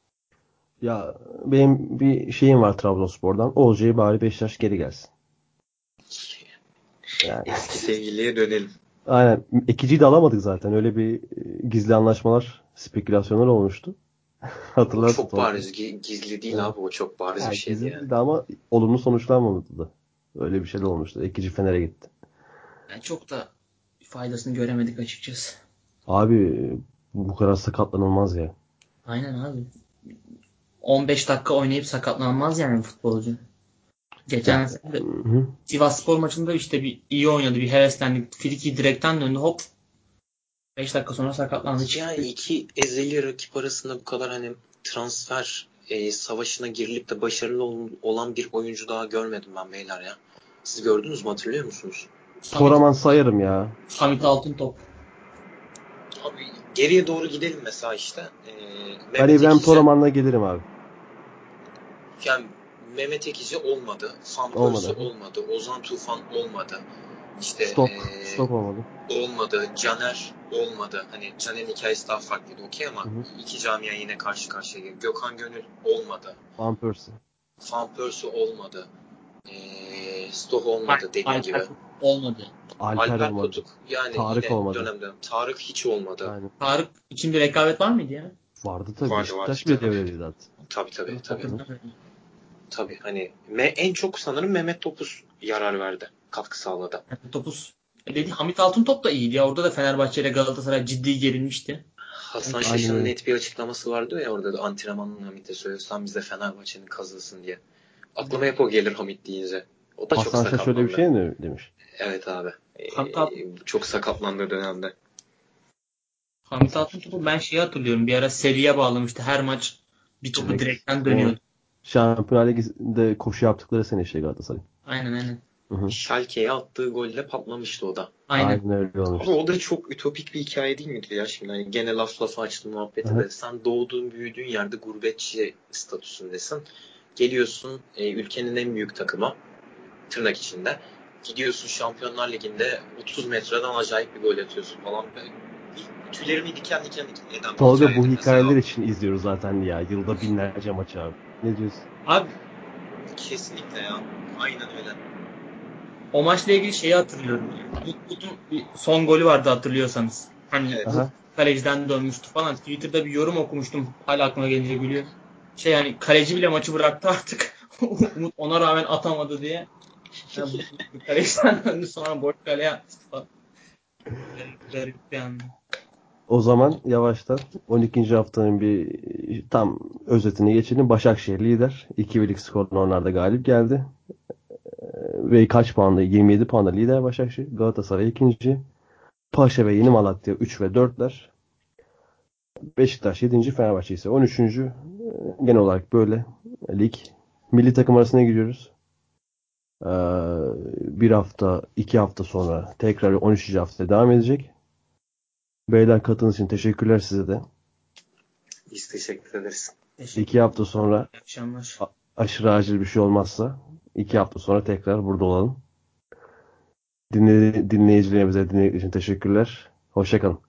Ya benim bir şeyim var Trabzonspor'dan. Olcay'ı bari Beşiktaş geri gelsin. Yani. Eski sevgiliye dönelim. Aynen. Ekiciyi de alamadık zaten. Öyle bir e, gizli anlaşmalar, spekülasyonlar olmuştu. O Hatırlarsın çok Tolga. bariz gi- gizli değil Evet. abi o çok bariz bir Yani şeydi gizli yani. değildi ama olumlu sonuçlanmadı da. Öyle bir şey de olmuştu. Ekici Fener'e gitti. Yani çok da faydasını göremedik açıkçası. Abi bu kadar sakatlanılmaz ya. Aynen abi. on beş dakika oynayıp sakatlanmaz yani futbolcu. Geçen Ya sene de hı. Sivasspor maçında işte bir iyi oynadı, bir heveslendi. Friki direkten döndü hop. beş dakika sonra sakatlandı Yani çıktı. iki ezeli rakip arasında bu kadar hani transfer e, savaşına girilip de başarılı ol- olan bir oyuncu daha görmedim ben beyler ya. Siz gördünüz mü, hatırlıyor musunuz? Toraman sayarım ya. Hamit Altıntop. Abi geriye doğru gidelim mesela işte. Ee, Ben Mehmet İbrahim Ekici, Toraman'la gelirim abi. yani Mehmet Ekici olmadı. Van Persie Olmadı. olmadı. Ozan Tufan olmadı. İşte Stok. ee, Stok olmadı. olmadı. Caner olmadı. Hani Caner'in hikayesi daha farklıydı, okey, ama Hı hı. iki camia yine karşı karşıya geliyor. Gökhan Gönül olmadı. Van Persie. Van Persie olmadı. Ee, Stoh olmadı dediğim gibi. Alper olmadı. Alper, Alper olmadı. Potuk yani Tarık yine olmadı. dönem dönem. Tarık hiç olmadı. Aynen. Tarık içinde rekabet var mıydı ya? Vardı tabii. Vardı, Beşiktaş vardı. bile devreliydi zaten. Tabii tabii tabii. Hatırlamıyorum. Tabii hani me- en çok sanırım Mehmet Topuz yarar verdi. Katkı sağladı. Yani Topuz. Dedi Hamit Altıntop da iyiydi ya. Orada da Fenerbahçe ile Galatasaray ciddi gerilmişti. Hasan Aynen Şaş'ın öyle. net bir açıklaması vardı ya orada da, antrenmanın Hamit'e söylüyorsan bize Fenerbahçe'nin kazısın diye. Aklıma hep o gelir Hamit deyince. O da çok Hasan Şaş sakatlandı. şöyle bir şey mi demiş? Evet abi. Hamit, Ee, çok sakatlandığı dönemde. Hamit Altıntop'u ben şeyi hatırlıyorum. Bir ara seriye bağlamıştı. Her maç bir topu Direkt. direkten Değil mi? dönüyordu. Şampiyonlar Ligi'nde koşu yaptıkları sene işte Galatasaray. Aynen aynen. Hı hı. Schalke'ye attığı golle patlamıştı o da. Aynen. Aynen öyle olmuş. Ama o da çok ütopik bir hikaye değil miydi ya şimdi? Hani gene laf lafa açtım muhabbeti Hı hı. de. Sen doğduğun, büyüdüğün yerde gurbetçi statüsündesin. Geliyorsun e, ülkenin en büyük takımı, tırnak içinde. Gidiyorsun Şampiyonlar Ligi'nde otuz metreden acayip bir gol atıyorsun falan. Ben, tüylerimi diken diken diken eden bir Tolga bu hikayedir hikayeler mesela. için izliyoruz zaten ya. Yılda binlerce maç abi. Ne diyorsun? Abi Kesinlikle ya. Aynen öyle. o maçla ilgili şeyi hatırlıyorum. Umut bir son golü vardı hatırlıyorsanız. Hani Evet. Aha. kaleciden dönmüştü falan. Twitter'da bir yorum okumuştum. Hala aklıma gelince gülüyor. Şey yani kaleci bile maçı bıraktı artık. Umut ona rağmen atamadı diye. Yani bu kaleciden döndü sonra boş kaleye attı falan. Garip, garip bir anda. O zaman yavaştan on ikinci haftanın bir tam özetini geçelim. Başakşehir lider. iki birlik skorla onlar da galip geldi. Ve kaç puanda? yirmi yedi puanda lider Başakşehir. Galatasaray ikinci. Paşa ve Yeni Malatya üç ve dörtler. Beşiktaş yedinci. Fenerbahçe ise on üçüncü. Genel olarak böyle lig. Milli takım arasına gidiyoruz. Ee, bir hafta, iki hafta sonra tekrar on üçüncü hafta devam edecek. Beyler katıldığınız için teşekkürler size de. Biz teşekkür ederiz. İki hafta sonra İyi akşamlar. a- aşırı acil bir şey olmazsa iki hafta sonra tekrar burada olalım. Dinle, dinleyicilerimize dinlediğiniz için teşekkürler. Hoşça kalın.